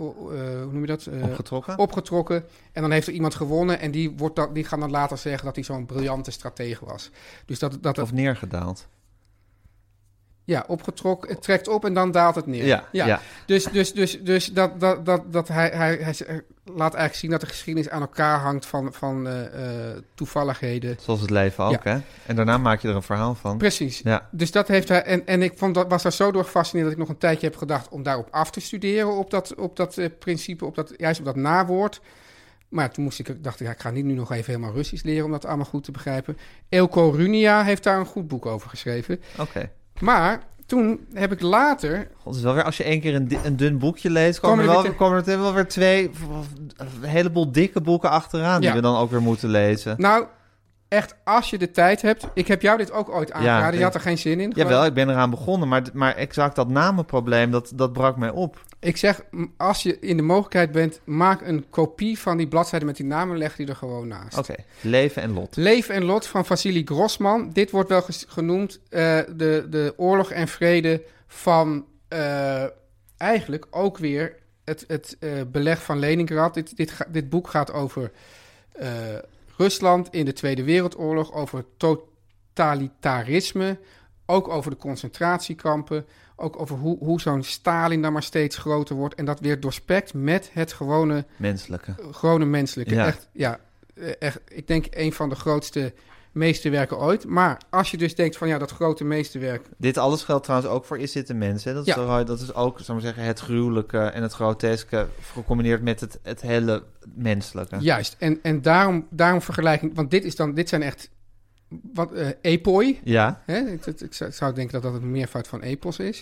opgetrokken. En dan heeft er iemand gewonnen. En die gaan dan later zeggen dat hij zo'n briljante stratege was. Dus of neergedaald. Ja, opgetrokken. Het trekt op en dan daalt het neer. Ja. Dus dat hij laat eigenlijk zien dat de geschiedenis aan elkaar hangt van toevalligheden. Zoals het leven ook, hè? En daarna maak je er een verhaal van. Precies. Ja. Dus dat heeft hij. En ik was daar zo door gefascineerd dat ik nog een tijdje heb gedacht om daarop af te studeren, op dat principe, juist op dat nawoord. Maar toen dacht ik, ik ga niet nu nog even helemaal Russisch leren om dat allemaal goed te begrijpen. Eelco Runia heeft daar een goed boek over geschreven. Oké. Maar toen heb ik later... God, is wel weer, als je 1 keer een dun boekje leest, komen er wel weer 2, een heleboel dikke boeken achteraan die we dan ook weer moeten lezen. Nou, echt, als je de tijd hebt... Ik heb jou dit ook ooit aangeraden. Je had er geen zin in. Jawel, ik ben eraan begonnen. Maar exact dat namenprobleem, dat brak mij op. Ik zeg, als je in de mogelijkheid bent... maak een kopie van die bladzijde met die namen... leg die er gewoon naast. Oké, Leven en Lot. Leven en Lot van Vassili Grossman. Dit wordt wel genoemd de oorlog en vrede van... eigenlijk ook weer het beleg van Leningrad. Dit boek gaat over Rusland in de Tweede Wereldoorlog... over totalitarisme... ook over de concentratiekampen... ook over hoe zo'n Stalin dan maar steeds groter wordt... en dat weer doorspekt met het gewone menselijke. Ja. Echt, ik denk een van de grootste meesterwerken ooit. Maar als je dus denkt van dat grote meesterwerk... Dit alles geldt trouwens ook voor Is dit een mens? Hè? Dat is ook, zal maar zeggen, het gruwelijke en het groteske... gecombineerd met het hele menselijke. Juist, en daarom vergelijking... want dit zijn echt... epoi. Ja. Hè? Ik zou denken dat het een meervoud van epos is.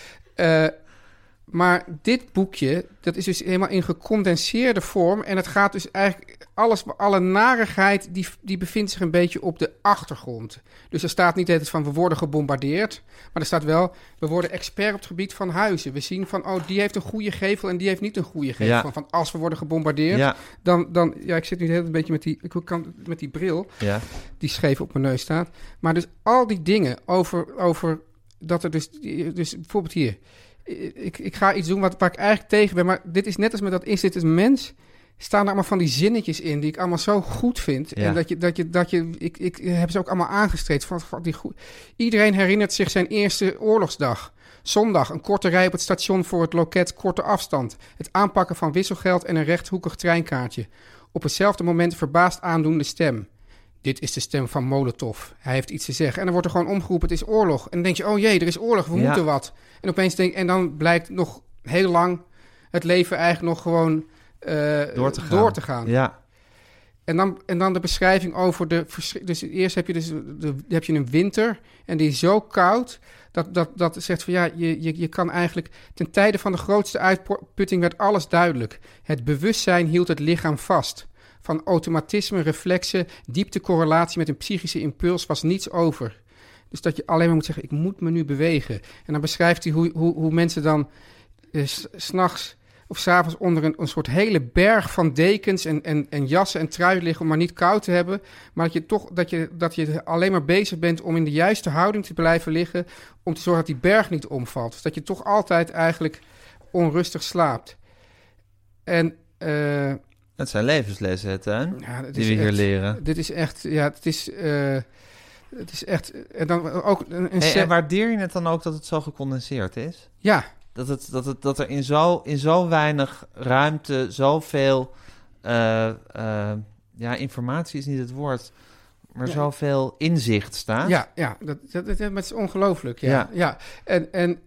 Maar dit boekje, dat is dus helemaal in gecondenseerde vorm. En het gaat dus eigenlijk... alle narigheid, die bevindt zich een beetje op de achtergrond. Dus er staat niet eens van, we worden gebombardeerd. Maar er staat wel, we worden expert op het gebied van huizen. We zien van, die heeft een goede gevel en die heeft niet een goede gevel. Ja. Van als we worden gebombardeerd, dan... Ja, ik zit nu een beetje met die bril, die scheef op mijn neus staat. Maar dus al die dingen over dat er dus bijvoorbeeld hier... Ik ga iets doen waar ik eigenlijk tegen ben, maar dit is net als met dat Is dit een mens? Staan er allemaal van die zinnetjes in die ik allemaal zo goed vind. Ja. En ik heb ze ook allemaal aangestreept. Van die goed. Iedereen herinnert zich zijn eerste oorlogsdag. Zondag, een korte rij op het station voor het loket, korte afstand. Het aanpakken van wisselgeld en een rechthoekig treinkaartje. Op hetzelfde moment verbaasd aandoende stem. Dit is de stem van Molotov. Hij heeft iets te zeggen. En dan wordt er gewoon omgeroepen, het is oorlog. En dan denk je, oh jee, er is oorlog, we moeten wat. En opeens en dan blijkt nog heel lang het leven eigenlijk nog gewoon door te gaan. Ja. En dan de beschrijving over dus eerst heb je een winter en die is zo koud dat zegt van je kan eigenlijk ten tijde van de grootste uitputting werd alles duidelijk. Het bewustzijn hield het lichaam vast. Van automatisme, reflexen, dieptecorrelatie met een psychische impuls was niets over. Dus dat je alleen maar moet zeggen, ik moet me nu bewegen. En dan beschrijft hij hoe mensen dan 's nachts of 's avonds onder een soort hele berg van dekens en jassen en truien liggen om maar niet koud te hebben. Maar dat je alleen maar bezig bent om in de juiste houding te blijven liggen om te zorgen dat die berg niet omvalt. Dus dat je toch altijd eigenlijk onrustig slaapt. En... Het zijn levenslessen, hè, Teun? Die we hier leren. Dit is echt... Ja, het is echt... En dan ook en waardeer je het dan ook dat het zo gecondenseerd is? Ja. Dat er in zo weinig ruimte zoveel... informatie is niet het woord... maar zoveel inzicht staat. Ja, dat is ongelooflijk. Ja. En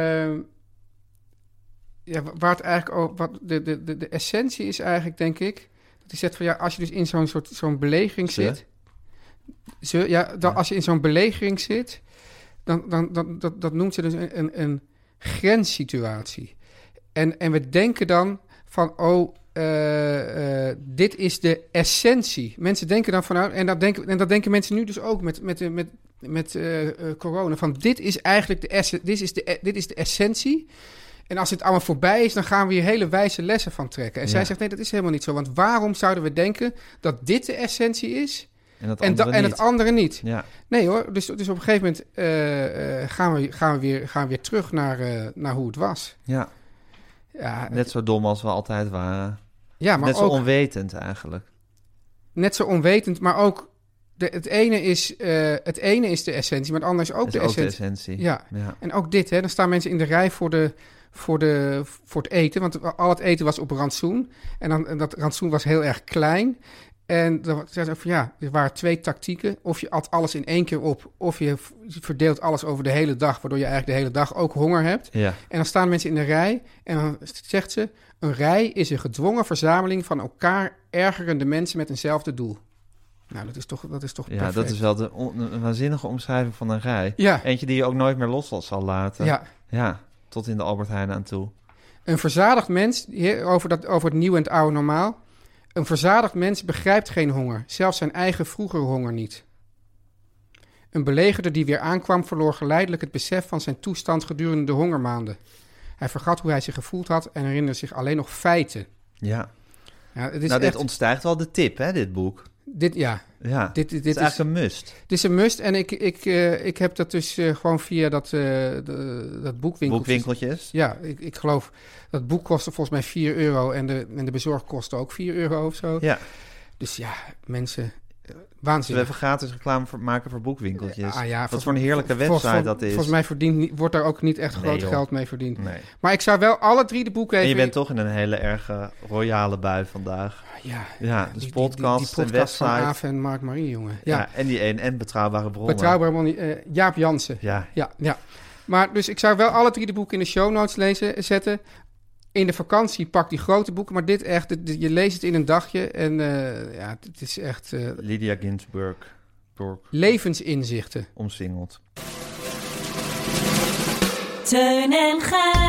waar het eigenlijk ook, de essentie is eigenlijk, denk ik, dat hij zegt van als je dus in zo'n belegering zit, als je in zo'n belegering zit, dat noemt ze dus een grenssituatie. En we denken dan van, dit is de essentie. Mensen denken dan vanuit, en dat denken mensen nu dus ook met corona, van dit is eigenlijk dit is de essentie. En als het allemaal voorbij is, dan gaan we hier hele wijze lessen van trekken. En zij zegt, nee, dat is helemaal niet zo. Want waarom zouden we denken dat dit de essentie is en het andere niet? Ja. Nee hoor, dus op een gegeven moment gaan we weer terug naar hoe het was. Ja. Net zo dom als we altijd waren. Ja, maar net zo ook, onwetend eigenlijk. Net zo onwetend, maar ook... Het ene is de essentie, maar het andere is ook de essentie. Ja. En ook dit, dan staan mensen in de rij voor het eten. Want al het eten was op rantsoen. En dat rantsoen was heel erg klein. En dan zei ze van er waren 2 tactieken. Of je at alles in 1 keer op, of je verdeelt alles over de hele dag, waardoor je eigenlijk de hele dag ook honger hebt. Ja. En dan staan mensen in de rij en dan zegt ze, een rij is een gedwongen verzameling van elkaar ergerende mensen met eenzelfde doel. Nou, dat is toch perfect. Ja, dat is wel een waanzinnige omschrijving van een rij. Ja. Eentje die je ook nooit meer los zal laten. Ja, tot in de Albert Heijn aan toe. Een verzadigd mens, over het nieuwe en het oude normaal. Een verzadigd mens begrijpt geen honger, zelfs zijn eigen vroegere honger niet. Een belegerde die weer aankwam verloor geleidelijk het besef van zijn toestand gedurende de hongermaanden. Hij vergat hoe hij zich gevoeld had en herinnerde zich alleen nog feiten. Ja. Ja, het is Nou, echt, dit ontstijgt wel de tip, hè, dit boek. dit Ja, dit het is eigenlijk een must. Dit is een must en ik heb dat dus gewoon via dat boekwinkeltje. Boekwinkeltjes. Ja, ik geloof dat boek kostte volgens mij €4 en de bezorg kostte ook €4 of zo. Ja. Dus ja, mensen, Zullen we waanzinnig. even gratis reclame maken voor boekwinkeltjes? Ja, Wat voor een heerlijke website dat is. Volgens mij wordt daar ook niet echt groot joh. geld mee verdiend. Nee. Maar ik zou wel alle 3 de boeken En even... je bent toch in een hele erg royale bui vandaag. Ja, Ja, dus die podcast en podcast van website. Aaf en Mark Marie, jongen. Ja, Ja, en die en betrouwbare bronnen. betrouwbaar man, Jaap Jansen. Ja, Ja. Maar dus ik zou wel alle 3 de boeken in de show notes zetten. In de vakantie pak die grote boeken, maar dit echt, je leest het in een dagje. En ja, het is echt Lydia Ginsburg, levensinzichten. omsingeld. Teun en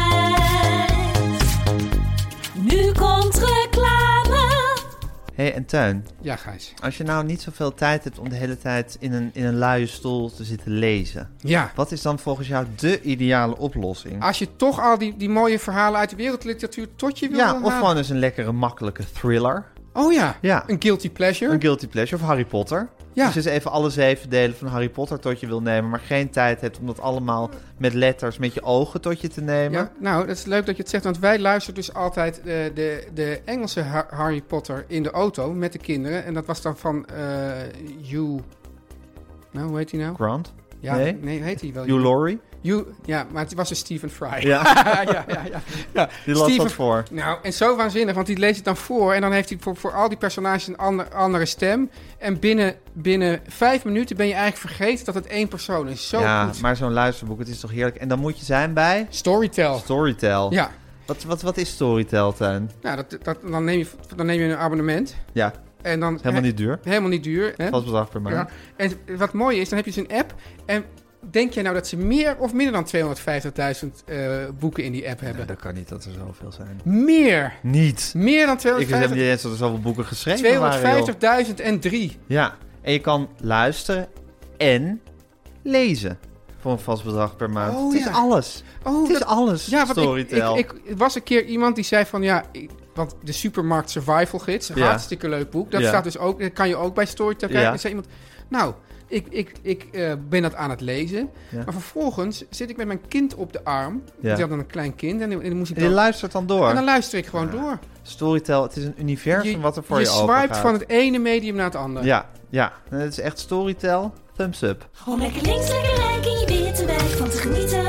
Gijs. Nu komt reclame. Hé, en Teun, Ja, Gijs. als je nou niet zoveel tijd hebt om de hele tijd in een luie stoel te zitten lezen, Ja. wat is dan volgens jou de ideale oplossing? Als je toch al die mooie verhalen uit de wereldliteratuur tot je wil Ja, halen. of gewoon eens een lekkere, makkelijke thriller. Oh ja, Ja. een guilty pleasure. Een guilty pleasure of Harry Potter. Ja. Dus eens even alle 7 delen van Harry Potter tot je wil nemen, maar geen tijd hebt om dat allemaal met letters, met je ogen tot je te nemen. Ja, nou, dat is leuk dat je het zegt, want wij luisteren dus altijd de Engelse Harry Potter in de auto met de kinderen. En dat was dan van Hugh... Nou, hoe heet hij nou? Grant? Ja, Nee? nee heet hij wel? Hugh Laurie? Ja, maar het was een Stephen Fry. Ja. ja. Die las dat voor. Nou, en zo waanzinnig, want die leest het dan voor en dan heeft hij voor al die personages een andere stem. En binnen 5 minuten ben je eigenlijk vergeten dat het 1 persoon is. Zo Ja, goed. maar zo'n luisterboek, het is toch heerlijk. En dan moet je zijn bij Storytel. Storytel. Ja, Wat is Storytel, Tuin? nou, dan neem je een abonnement. Ja, En dan helemaal niet duur. Helemaal niet duur. Hè? Vast bedrag per maand. Ja. En wat mooi is, dan heb je dus een app. En denk jij nou dat ze meer of minder dan 250.000 boeken in die app hebben? Dat kan niet dat er zoveel zijn. Meer. Niet. Meer dan Ik wist helemaal 250. niet eens dat er zoveel boeken geschreven waren, joh. 250.003. Ja, en je kan luisteren en lezen voor een vast bedrag per maand. Oh, het is ja. alles. Oh, Het is alles, Ja, want Storytel. ik was een keer iemand die zei van ja, want de Supermarkt Survival Gids, een Ja. hartstikke leuk boek. Dat Ja. staat dus ook, dat kan je ook bij Storytel kijken. Ja. En zei iemand, nou, ik ben dat aan het lezen. Ja. Maar vervolgens zit ik met mijn kind op de arm. Ja. Ik had dan een klein kind en dan moest ik En je dan... luistert dan door. En dan luister ik gewoon door. Storytel, het is een universum wat er voor je je open swipet gaat. van het ene medium naar het andere. Ja. En het is echt Storytel, thumbs up. Gewoon lekker links, lekker rijk in je witte wijk van te genieten.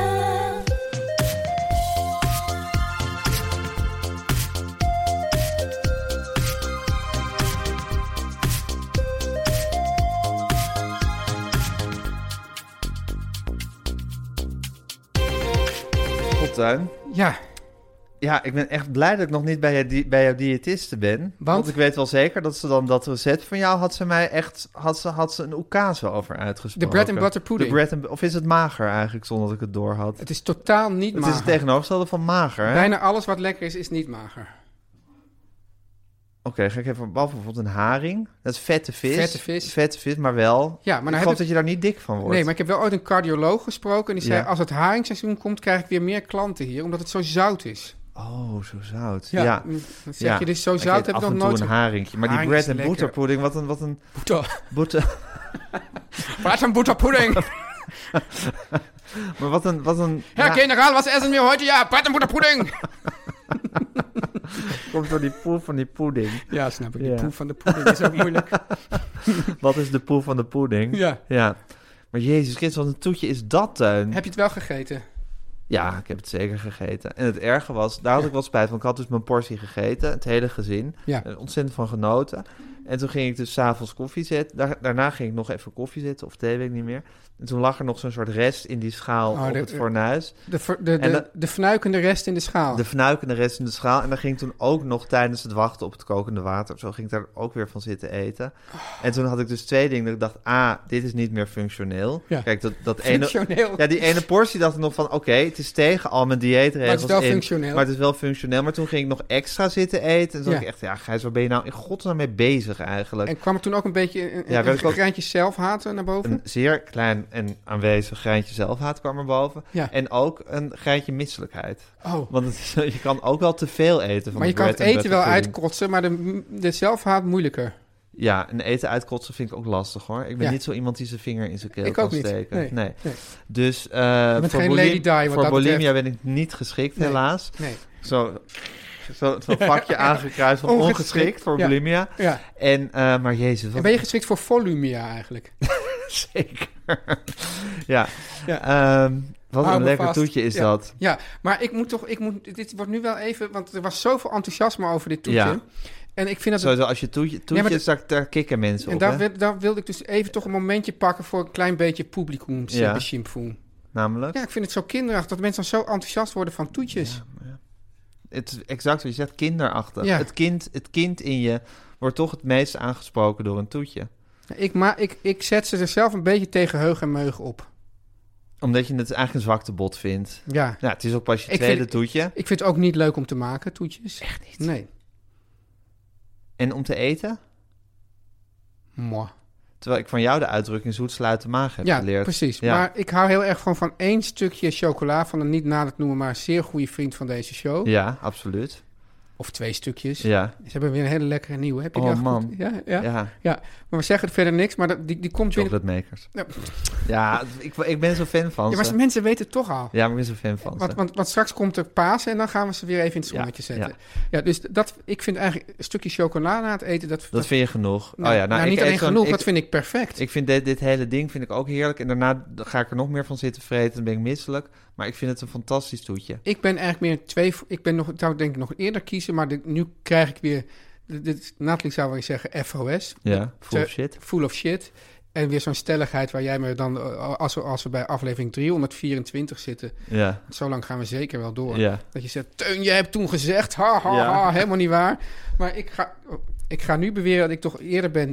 Tuin. Ja, Ja, ik ben echt blij dat ik nog niet bij jouw diëtiste ben. Want ik weet wel zeker dat ze dan dat recept van jou had ze een oekase over uitgesproken. de bread and butter pudding. Of is het mager eigenlijk, zonder dat ik het door had? Het is totaal niet Het mager. is het tegenovergestelde van mager, hè? Bijna alles wat lekker is niet mager. Oké, ga ik even... Behalve bijvoorbeeld een haring. Dat is vette vis. Vette vis. Maar wel... Ja, maar dan ik heb geloof ik- dat je daar niet dik van wordt. Nee, maar ik heb wel ooit een cardioloog gesproken. En die zei, Ja. als het haringseizoen komt, krijg ik weer meer klanten hier. Omdat het zo zout is. Oh, zo zout. Ja. Ja. Dan zeg je, dus zo Ik zout eet heb ik af nog en toe nooit... een haringje. Maar die Haring bread is and lekker. butter pudding, wat een boete... Wat een butterpudding. Maar wat een... Herr Generaal, wat essen wir heute? Ja, Bread and butterpudding. Komt door die poe van die pudding. Ja, snap ik. Die Ja. poe van de pudding is ook moeilijk. Wat is de poe van de pudding? Ja. Maar Jezus Christus, wat een toetje is dat, Teun? Heb je het wel gegeten? Ja, ik heb het zeker gegeten. En het erge was, daar had ik wel spijt van. Ik had dus mijn portie gegeten, het hele gezin. Ja. Er ontzettend van genoten. En toen ging ik dus 's avonds koffie zetten. Daarna ging ik nog even koffie zetten of thee, weet ik niet meer. En toen lag er nog zo'n soort rest in die schaal op het fornuis. De fnuikende rest in de schaal. De fnuikende rest in de schaal. En daar ging ik toen ook nog tijdens het wachten op het kokende water. Zo ging ik daar ook weer van zitten eten. En toen had ik dus 2 dingen. Dat ik dacht, dit is niet meer functioneel. Ja. Kijk, dat functioneel. ene... Ja, die ene portie dacht ik nog van, oké, het is tegen al mijn dieetregels. Maar het is wel functioneel. Maar het is wel functioneel. Maar toen ging ik nog extra zitten eten. En toen dacht ik echt, Gijs, waar ben je nou in godsnaam mee bezig eigenlijk? En kwam er toen ook een beetje een greintje zelfhaat naar boven? Een zeer klein en aanwezig greintje zelfhaat kwam er boven. Ja. En ook een greintje misselijkheid. Oh. Want je kan ook wel te veel eten. Maar je kan het eten wel uitkotsen, maar de zelfhaat moeilijker. Ja, en eten uitkotsen vind ik ook lastig hoor. Ik ben niet zo iemand die zijn vinger in zijn keel kan steken. Nee. je Dus bent geen Lady Di wat voor dat bulimia betreft. ben ik niet geschikt helaas. Nee. Zo'n vakje aangekruist van ongeschikt voor bulimia. Ja. En, maar jezus. En ben je geschikt voor volumia eigenlijk? Zeker. Wat een lekker toetje is dat. Ja, maar dit wordt nu wel even, want er was zoveel enthousiasme over dit toetje. Ja. En ik vind dat sowieso, als je toetjes, daar kikken mensen op. En daar wilde ik dus even toch een momentje pakken voor een klein beetje publikumsbeschimpfung. Namelijk? Ja, ik vind het zo kinderachtig dat mensen dan zo enthousiast worden van toetjes. Ja. Het is exact wat je zegt, kinderachtig. Ja. Het kind in je wordt toch het meest aangesproken door een toetje. Ik zet ze er zelf een beetje tegen heug en meug op. Omdat je het eigenlijk een zwaktebod vindt. Ja. Het is ook pas je tweede toetje. Ik vind het ook niet leuk om te maken, toetjes. Echt niet? Nee. En om te eten? Moi. Terwijl ik van jou de uitdrukking zoet sluiten maag heb geleerd. Ja, precies. Ja. Maar ik hou heel erg gewoon van 1 stukje chocola... van een niet nader te noemen, maar een zeer goede vriend van deze show. Ja, absoluut. Of 2 stukjes. Ja. Ze hebben weer een hele lekkere nieuwe. Heb je die al man. goed? Ja. Maar we zeggen verder niks, maar die komt binnen... Chocolate makers. Ja, ik ben zo fan van ze. Ja, maar mensen weten het toch al. Ja, maar ik ben zo fan van ze. Want straks komt er Pasen en dan gaan we ze weer even in het zonnetje zetten. Ja, dus ik vind eigenlijk een stukje chocola na het eten... Dat vind je genoeg? Nou, niet alleen genoeg, dat vind ik perfect. Ik vind dit hele ding vind ik ook heerlijk. En daarna ga ik er nog meer van zitten vreten. Dan ben ik misselijk. Maar ik vind het een fantastisch toetje. Ik ben eigenlijk meer ik zou denk ik nog eerder kiezen, maar nu krijg ik weer... Nathalie zou wel zeggen FOS. Ja, full of shit. Full of shit. En weer zo'n stelligheid waar jij me dan... Als we bij aflevering 324 zitten... Ja. Zo lang gaan we zeker wel door. Ja. Dat je zegt, Teun, jij hebt toen gezegd... Ha, helemaal niet waar. Maar ik ga nu beweren dat ik toch eerder ben...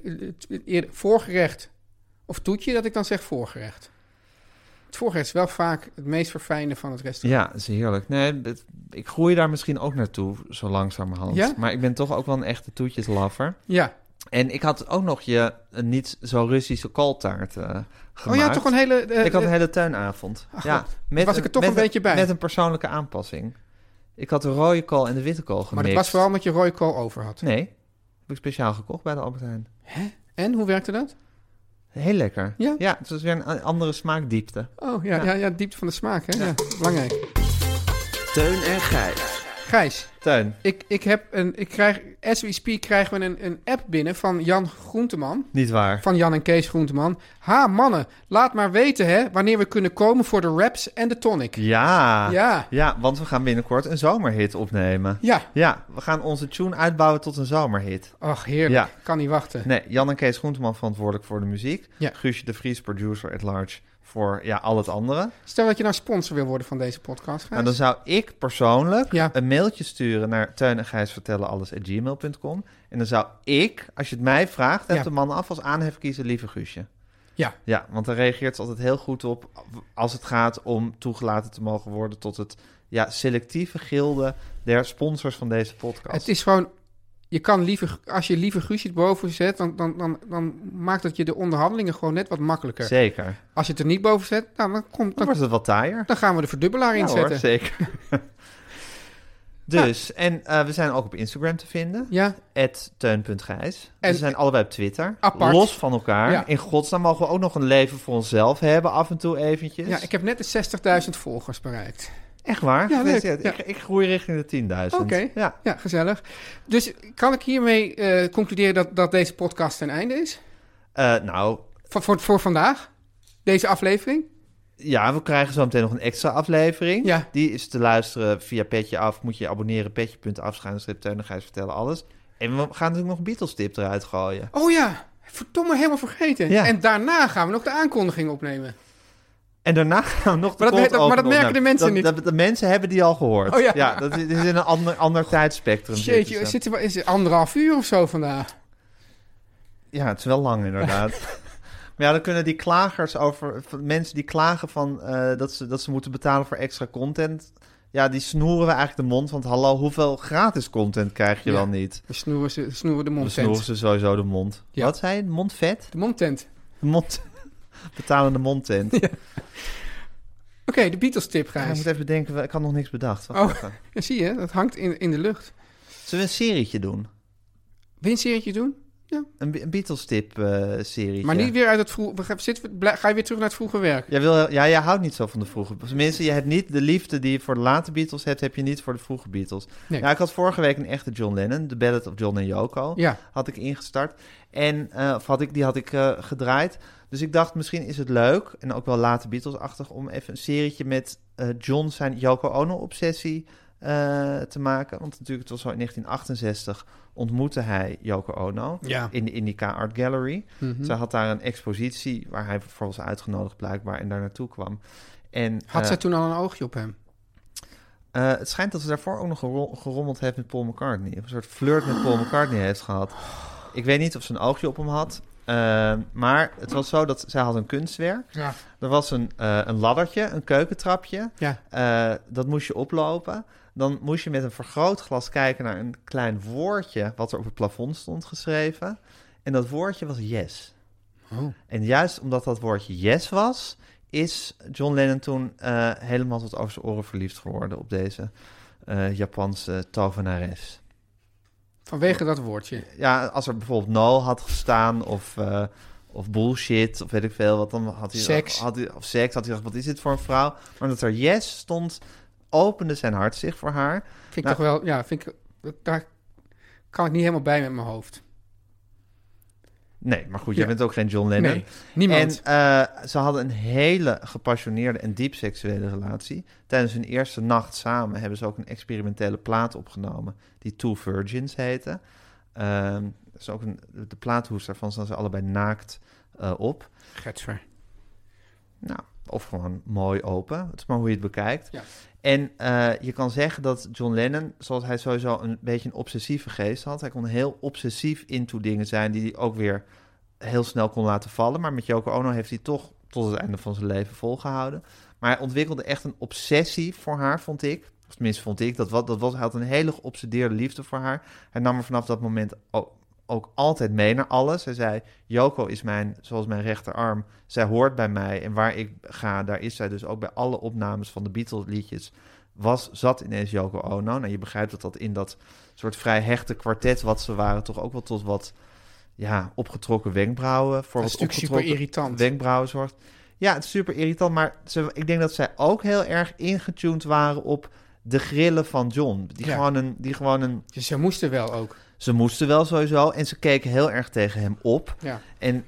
voorgerecht of toetje, dat ik dan zeg voorgerecht. Het voorgerecht is wel vaak het meest verfijnde van het restaurant. Ja, dat is heerlijk. Nee, ik groei daar misschien ook naartoe, zo langzamerhand. Ja? Maar ik ben toch ook wel een echte toetjeslaffer. Ja. En ik had ook nog een niet zo Russische kooltaart gemaakt. Oh ja, toch een hele... ik had een hele tuinavond. Was ik er toch een beetje bij. Met een persoonlijke aanpassing. Ik had de rode kool en de witte kool gemixt. Maar dat was vooral omdat je rode kool over had? Nee, heb ik speciaal gekocht bij de Albert Heijn. Hè? En, hoe werkte dat? Heel lekker. Ja? Ja, het was weer een andere smaakdiepte. Oh, ja, diepte van de smaak, hè? Ja, belangrijk. Teun en Gijs. Gijs. Teun. As we speak krijgen we een app binnen van Jan Groenteman. Niet waar. Van Jan en Kees Groenteman. Ha, mannen, laat maar weten, hè, wanneer we kunnen komen voor de raps en de tonic. Ja, want we gaan binnenkort een zomerhit opnemen. Ja, we gaan onze tune uitbouwen tot een zomerhit. Ach, heerlijk. Ja. Kan niet wachten. Nee, Jan en Kees Groenteman verantwoordelijk voor de muziek. Ja. Guusje de Vries, producer at large, voor al het andere. Stel dat je nou sponsor wil worden van deze podcast, Gijs. Nou, dan zou ik persoonlijk een mailtje sturen naar Teun en Gijs vertellen alles@gmail.com. En dan zou ik, als je het mij vraagt, heb de man af als aanhef kiezen, lieve Guusje. Ja, want daar reageert ze altijd heel goed op als het gaat om toegelaten te mogen worden tot het selectieve gilde der sponsors van deze podcast. Het is gewoon... Je kan als je lieve Guusje het boven zet, dan maakt dat je de onderhandelingen gewoon net wat makkelijker. Zeker. Als je het er niet boven zet, dan wordt het wat taaier. Dan gaan we de verdubbelaar inzetten. Hoor, zeker. Dus, en we zijn ook op Instagram te vinden. Ja. @teun.gijs. We zijn allebei op Twitter. Apart. Los van elkaar. Ja. In godsnaam mogen we ook nog een leven voor onszelf hebben af en toe eventjes. Ja, ik heb net de 60.000 volgers bereikt. Echt waar? Ja, leuk. Ik groei richting de 10.000. Oké, ja, gezellig. Dus kan ik hiermee concluderen dat deze podcast ten einde is? Nou... Voor vandaag? Deze aflevering? Ja, we krijgen zo meteen nog een extra aflevering. Ja. Die is te luisteren via Petje Af. Moet je abonneren, petje.af/Teun en Gijs vertellen alles. En we gaan natuurlijk nog een Beatles-tip eruit gooien. Oh ja, verdomme, helemaal vergeten. Ja. En daarna gaan we nog de aankondiging opnemen. En daarna gaan we nog de Maar dat- cold maar dat open merken opnemen. de mensen niet. De mensen hebben die al gehoord. Oh ja. Dat is in een ander tijdspectrum. Jeetje, is het 1,5 uur of zo vandaag? Ja, het is wel lang inderdaad. Maar ja, dan kunnen die klagers van mensen die klagen van dat ze moeten betalen voor extra content. Ja, die snoeren we eigenlijk de mond. Want hallo, hoeveel gratis content krijg je Ja. wel niet? We snoeren de We mondtent. snoeren ze sowieso de mond. Ja. Wat zei je? De mondvet? De mondtent. De mond... Betalende mondtent. Ja. Oké, de Beatles-tip, Ik Gijs. moet even denken, ik had nog niks bedacht. Wacht Oh. even. Ja, zie je, dat hangt in de lucht. Zullen we een serietje doen? Wil je een serietje doen? Een Beatles-tip serietje. Maar niet weer uit het vroege... Ga je weer terug naar het vroege werk? Jij houdt niet zo van de vroege... Tenminste, je hebt niet de liefde die je voor de late Beatles hebt, heb je niet voor de vroege Beatles. Nee. Ja, ik had vorige week een echte John Lennon, The Ballad of John and Yoko, Ja. had ik ingestart. En die had ik gedraaid. Dus ik dacht, misschien is het leuk, en ook wel late Beatles-achtig, om even een serietje met John zijn Yoko Ono-obsessie te maken. Want natuurlijk, het was zo in 1968 ontmoette hij Yoko Ono Ja. in de Indica Art Gallery. Mhm. Zij had daar een expositie waar hij voor was uitgenodigd blijkbaar en daar naartoe kwam. En, Had zij toen al een oogje op hem? het schijnt dat ze daarvoor ook nog gerommeld heeft met Paul McCartney. Of een soort flirt met Paul McCartney heeft gehad. Ik weet niet of ze een oogje op hem had. Maar het was zo dat zij had een kunstwerk. Ja. Er was een laddertje, een keukentrapje. Ja. Dat moest je oplopen. Dan moest je met een vergrootglas kijken naar een klein woordje wat er op het plafond stond geschreven. En dat woordje was yes. Oh. En juist omdat dat woordje yes was, is John Lennon toen helemaal tot over zijn oren verliefd geworden op deze Japanse tovenares. Vanwege dat woordje. Ja, als er bijvoorbeeld no had gestaan of bullshit of weet ik veel wat, dan had hij Seks. had hij gedacht, wat is dit voor een vrouw? Maar dat er yes stond, opende zijn hart zich voor haar. Vind ik Nou, toch wel... Ja, daar kan ik niet helemaal bij met mijn hoofd. Nee, maar goed, Ja. jij bent ook geen John Lennon. Nee, niemand. En ze hadden een hele gepassioneerde en diep seksuele relatie. Tijdens hun eerste nacht samen hebben ze ook een experimentele plaat opgenomen die Two Virgins heette. Dat is ook de plaathoes daarvan staan ze allebei naakt op. Getsver. Nou, of gewoon mooi open. Het is maar hoe je het bekijkt. Ja. En je kan zeggen dat John Lennon, zoals hij sowieso een beetje een obsessieve geest had, hij kon heel obsessief into dingen zijn die hij ook weer heel snel kon laten vallen. Maar met Yoko Ono heeft hij toch tot het einde van zijn leven volgehouden. Maar hij ontwikkelde echt een obsessie voor haar, vond ik. Of tenminste vond ik, hij had een hele geobsedeerde liefde voor haar. Hij nam er vanaf dat moment ook altijd mee naar alles. Hij zei, Yoko is zoals mijn rechterarm. Zij hoort bij mij en waar ik ga, daar is zij. Dus ook bij alle opnames van de Beatles-liedjes zat ineens Yoko Ono. Nou, je begrijpt dat in dat soort vrij hechte kwartet wat ze waren, toch ook wel tot wat opgetrokken wenkbrauwen. Voor Dat is wat natuurlijk super opgetrokken irritant. wenkbrauwen zorgt. Ja, het is super irritant, maar ik denk dat zij ook heel erg ingetuned waren op de grillen van John. Die gewoon een Dus ze moesten wel ook. Ze moesten wel sowieso en ze keken heel erg tegen hem op. Ja. En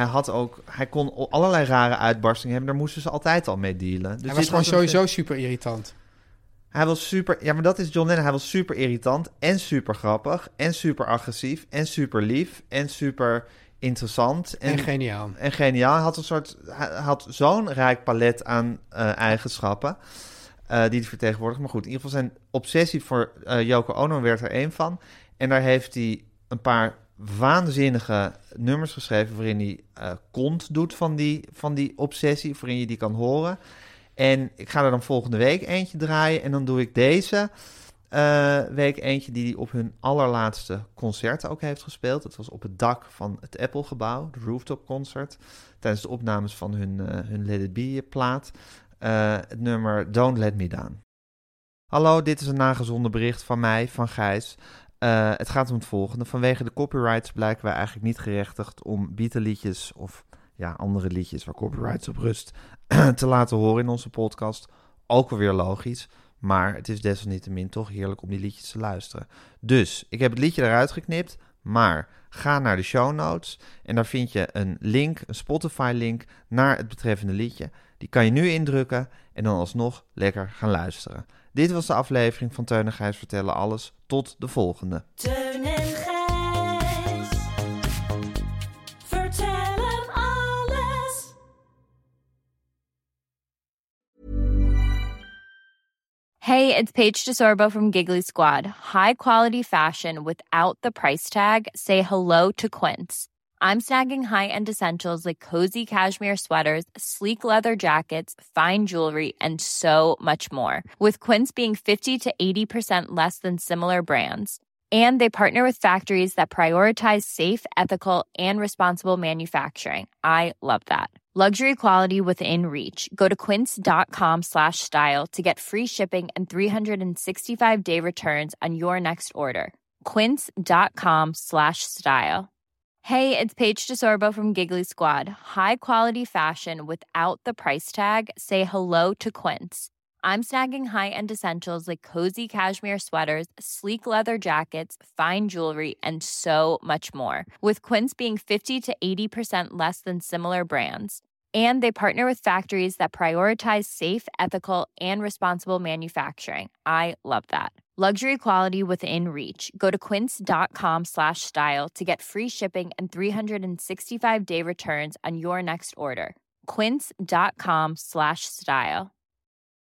hij kon allerlei rare uitbarstingen hebben. Daar moesten ze altijd al mee dealen. Dus Hij was gewoon sowieso super irritant. Hij was super... Ja, maar dat is John Lennon. Hij was super irritant en super grappig en super agressief en super lief en super interessant. En geniaal. En geniaal. Hij had zo'n rijk palet aan eigenschappen die hij vertegenwoordigde. Maar goed, in ieder geval zijn obsessie voor Yoko Ono werd er één van. En daar heeft hij een paar waanzinnige nummers geschreven waarin hij kont doet van die obsessie, waarin je die kan horen. En ik ga er dan volgende week eentje draaien en dan doe ik deze week eentje die hij op hun allerlaatste concert ook heeft gespeeld. Dat was op het dak van het Apple-gebouw, de Rooftop Concert, tijdens de opnames van hun Let It Be-plaat. Het nummer Don't Let Me Down. Hallo, dit is een nagezonden bericht van mij, van Gijs. Het gaat om het volgende. Vanwege de copyrights blijken wij eigenlijk niet gerechtigd om Beatle-liedjes of andere liedjes waar copyrights op rust te laten horen in onze podcast. Ook alweer logisch, maar het is desalniettemin toch heerlijk om die liedjes te luisteren. Dus, ik heb het liedje eruit geknipt, maar ga naar de show notes en daar vind je een link, een Spotify-link naar het betreffende liedje. Die kan je nu indrukken en dan alsnog lekker gaan luisteren. Dit was de aflevering van Teun en Gijs vertellen alles. Tot de volgende. Teun en Gijs. Hey, it's Paige DeSorbo from Giggly Squad. High quality fashion without the price tag. Say hello to Quince. I'm snagging high-end essentials like cozy cashmere sweaters, sleek leather jackets, fine jewelry, and so much more. With Quince being 50 to 80% less than similar brands. And they partner with factories that prioritize safe, ethical, and responsible manufacturing. I love that. Luxury quality within reach. Go to quince.com/style to get free shipping and 365-day returns on your next order. Quince.com/style. Hey, it's Paige DeSorbo from Giggly Squad. High quality fashion without the price tag. Say hello to Quince. I'm snagging high-end essentials like cozy cashmere sweaters, sleek leather jackets, fine jewelry, and so much more. With Quince being 50 to 80% less than similar brands. And they partner with factories that prioritize safe, ethical, and responsible manufacturing. I love that. Luxury quality within reach. Go to quince.com/style to get free shipping and 365-day returns on your next order. Quince.com/style.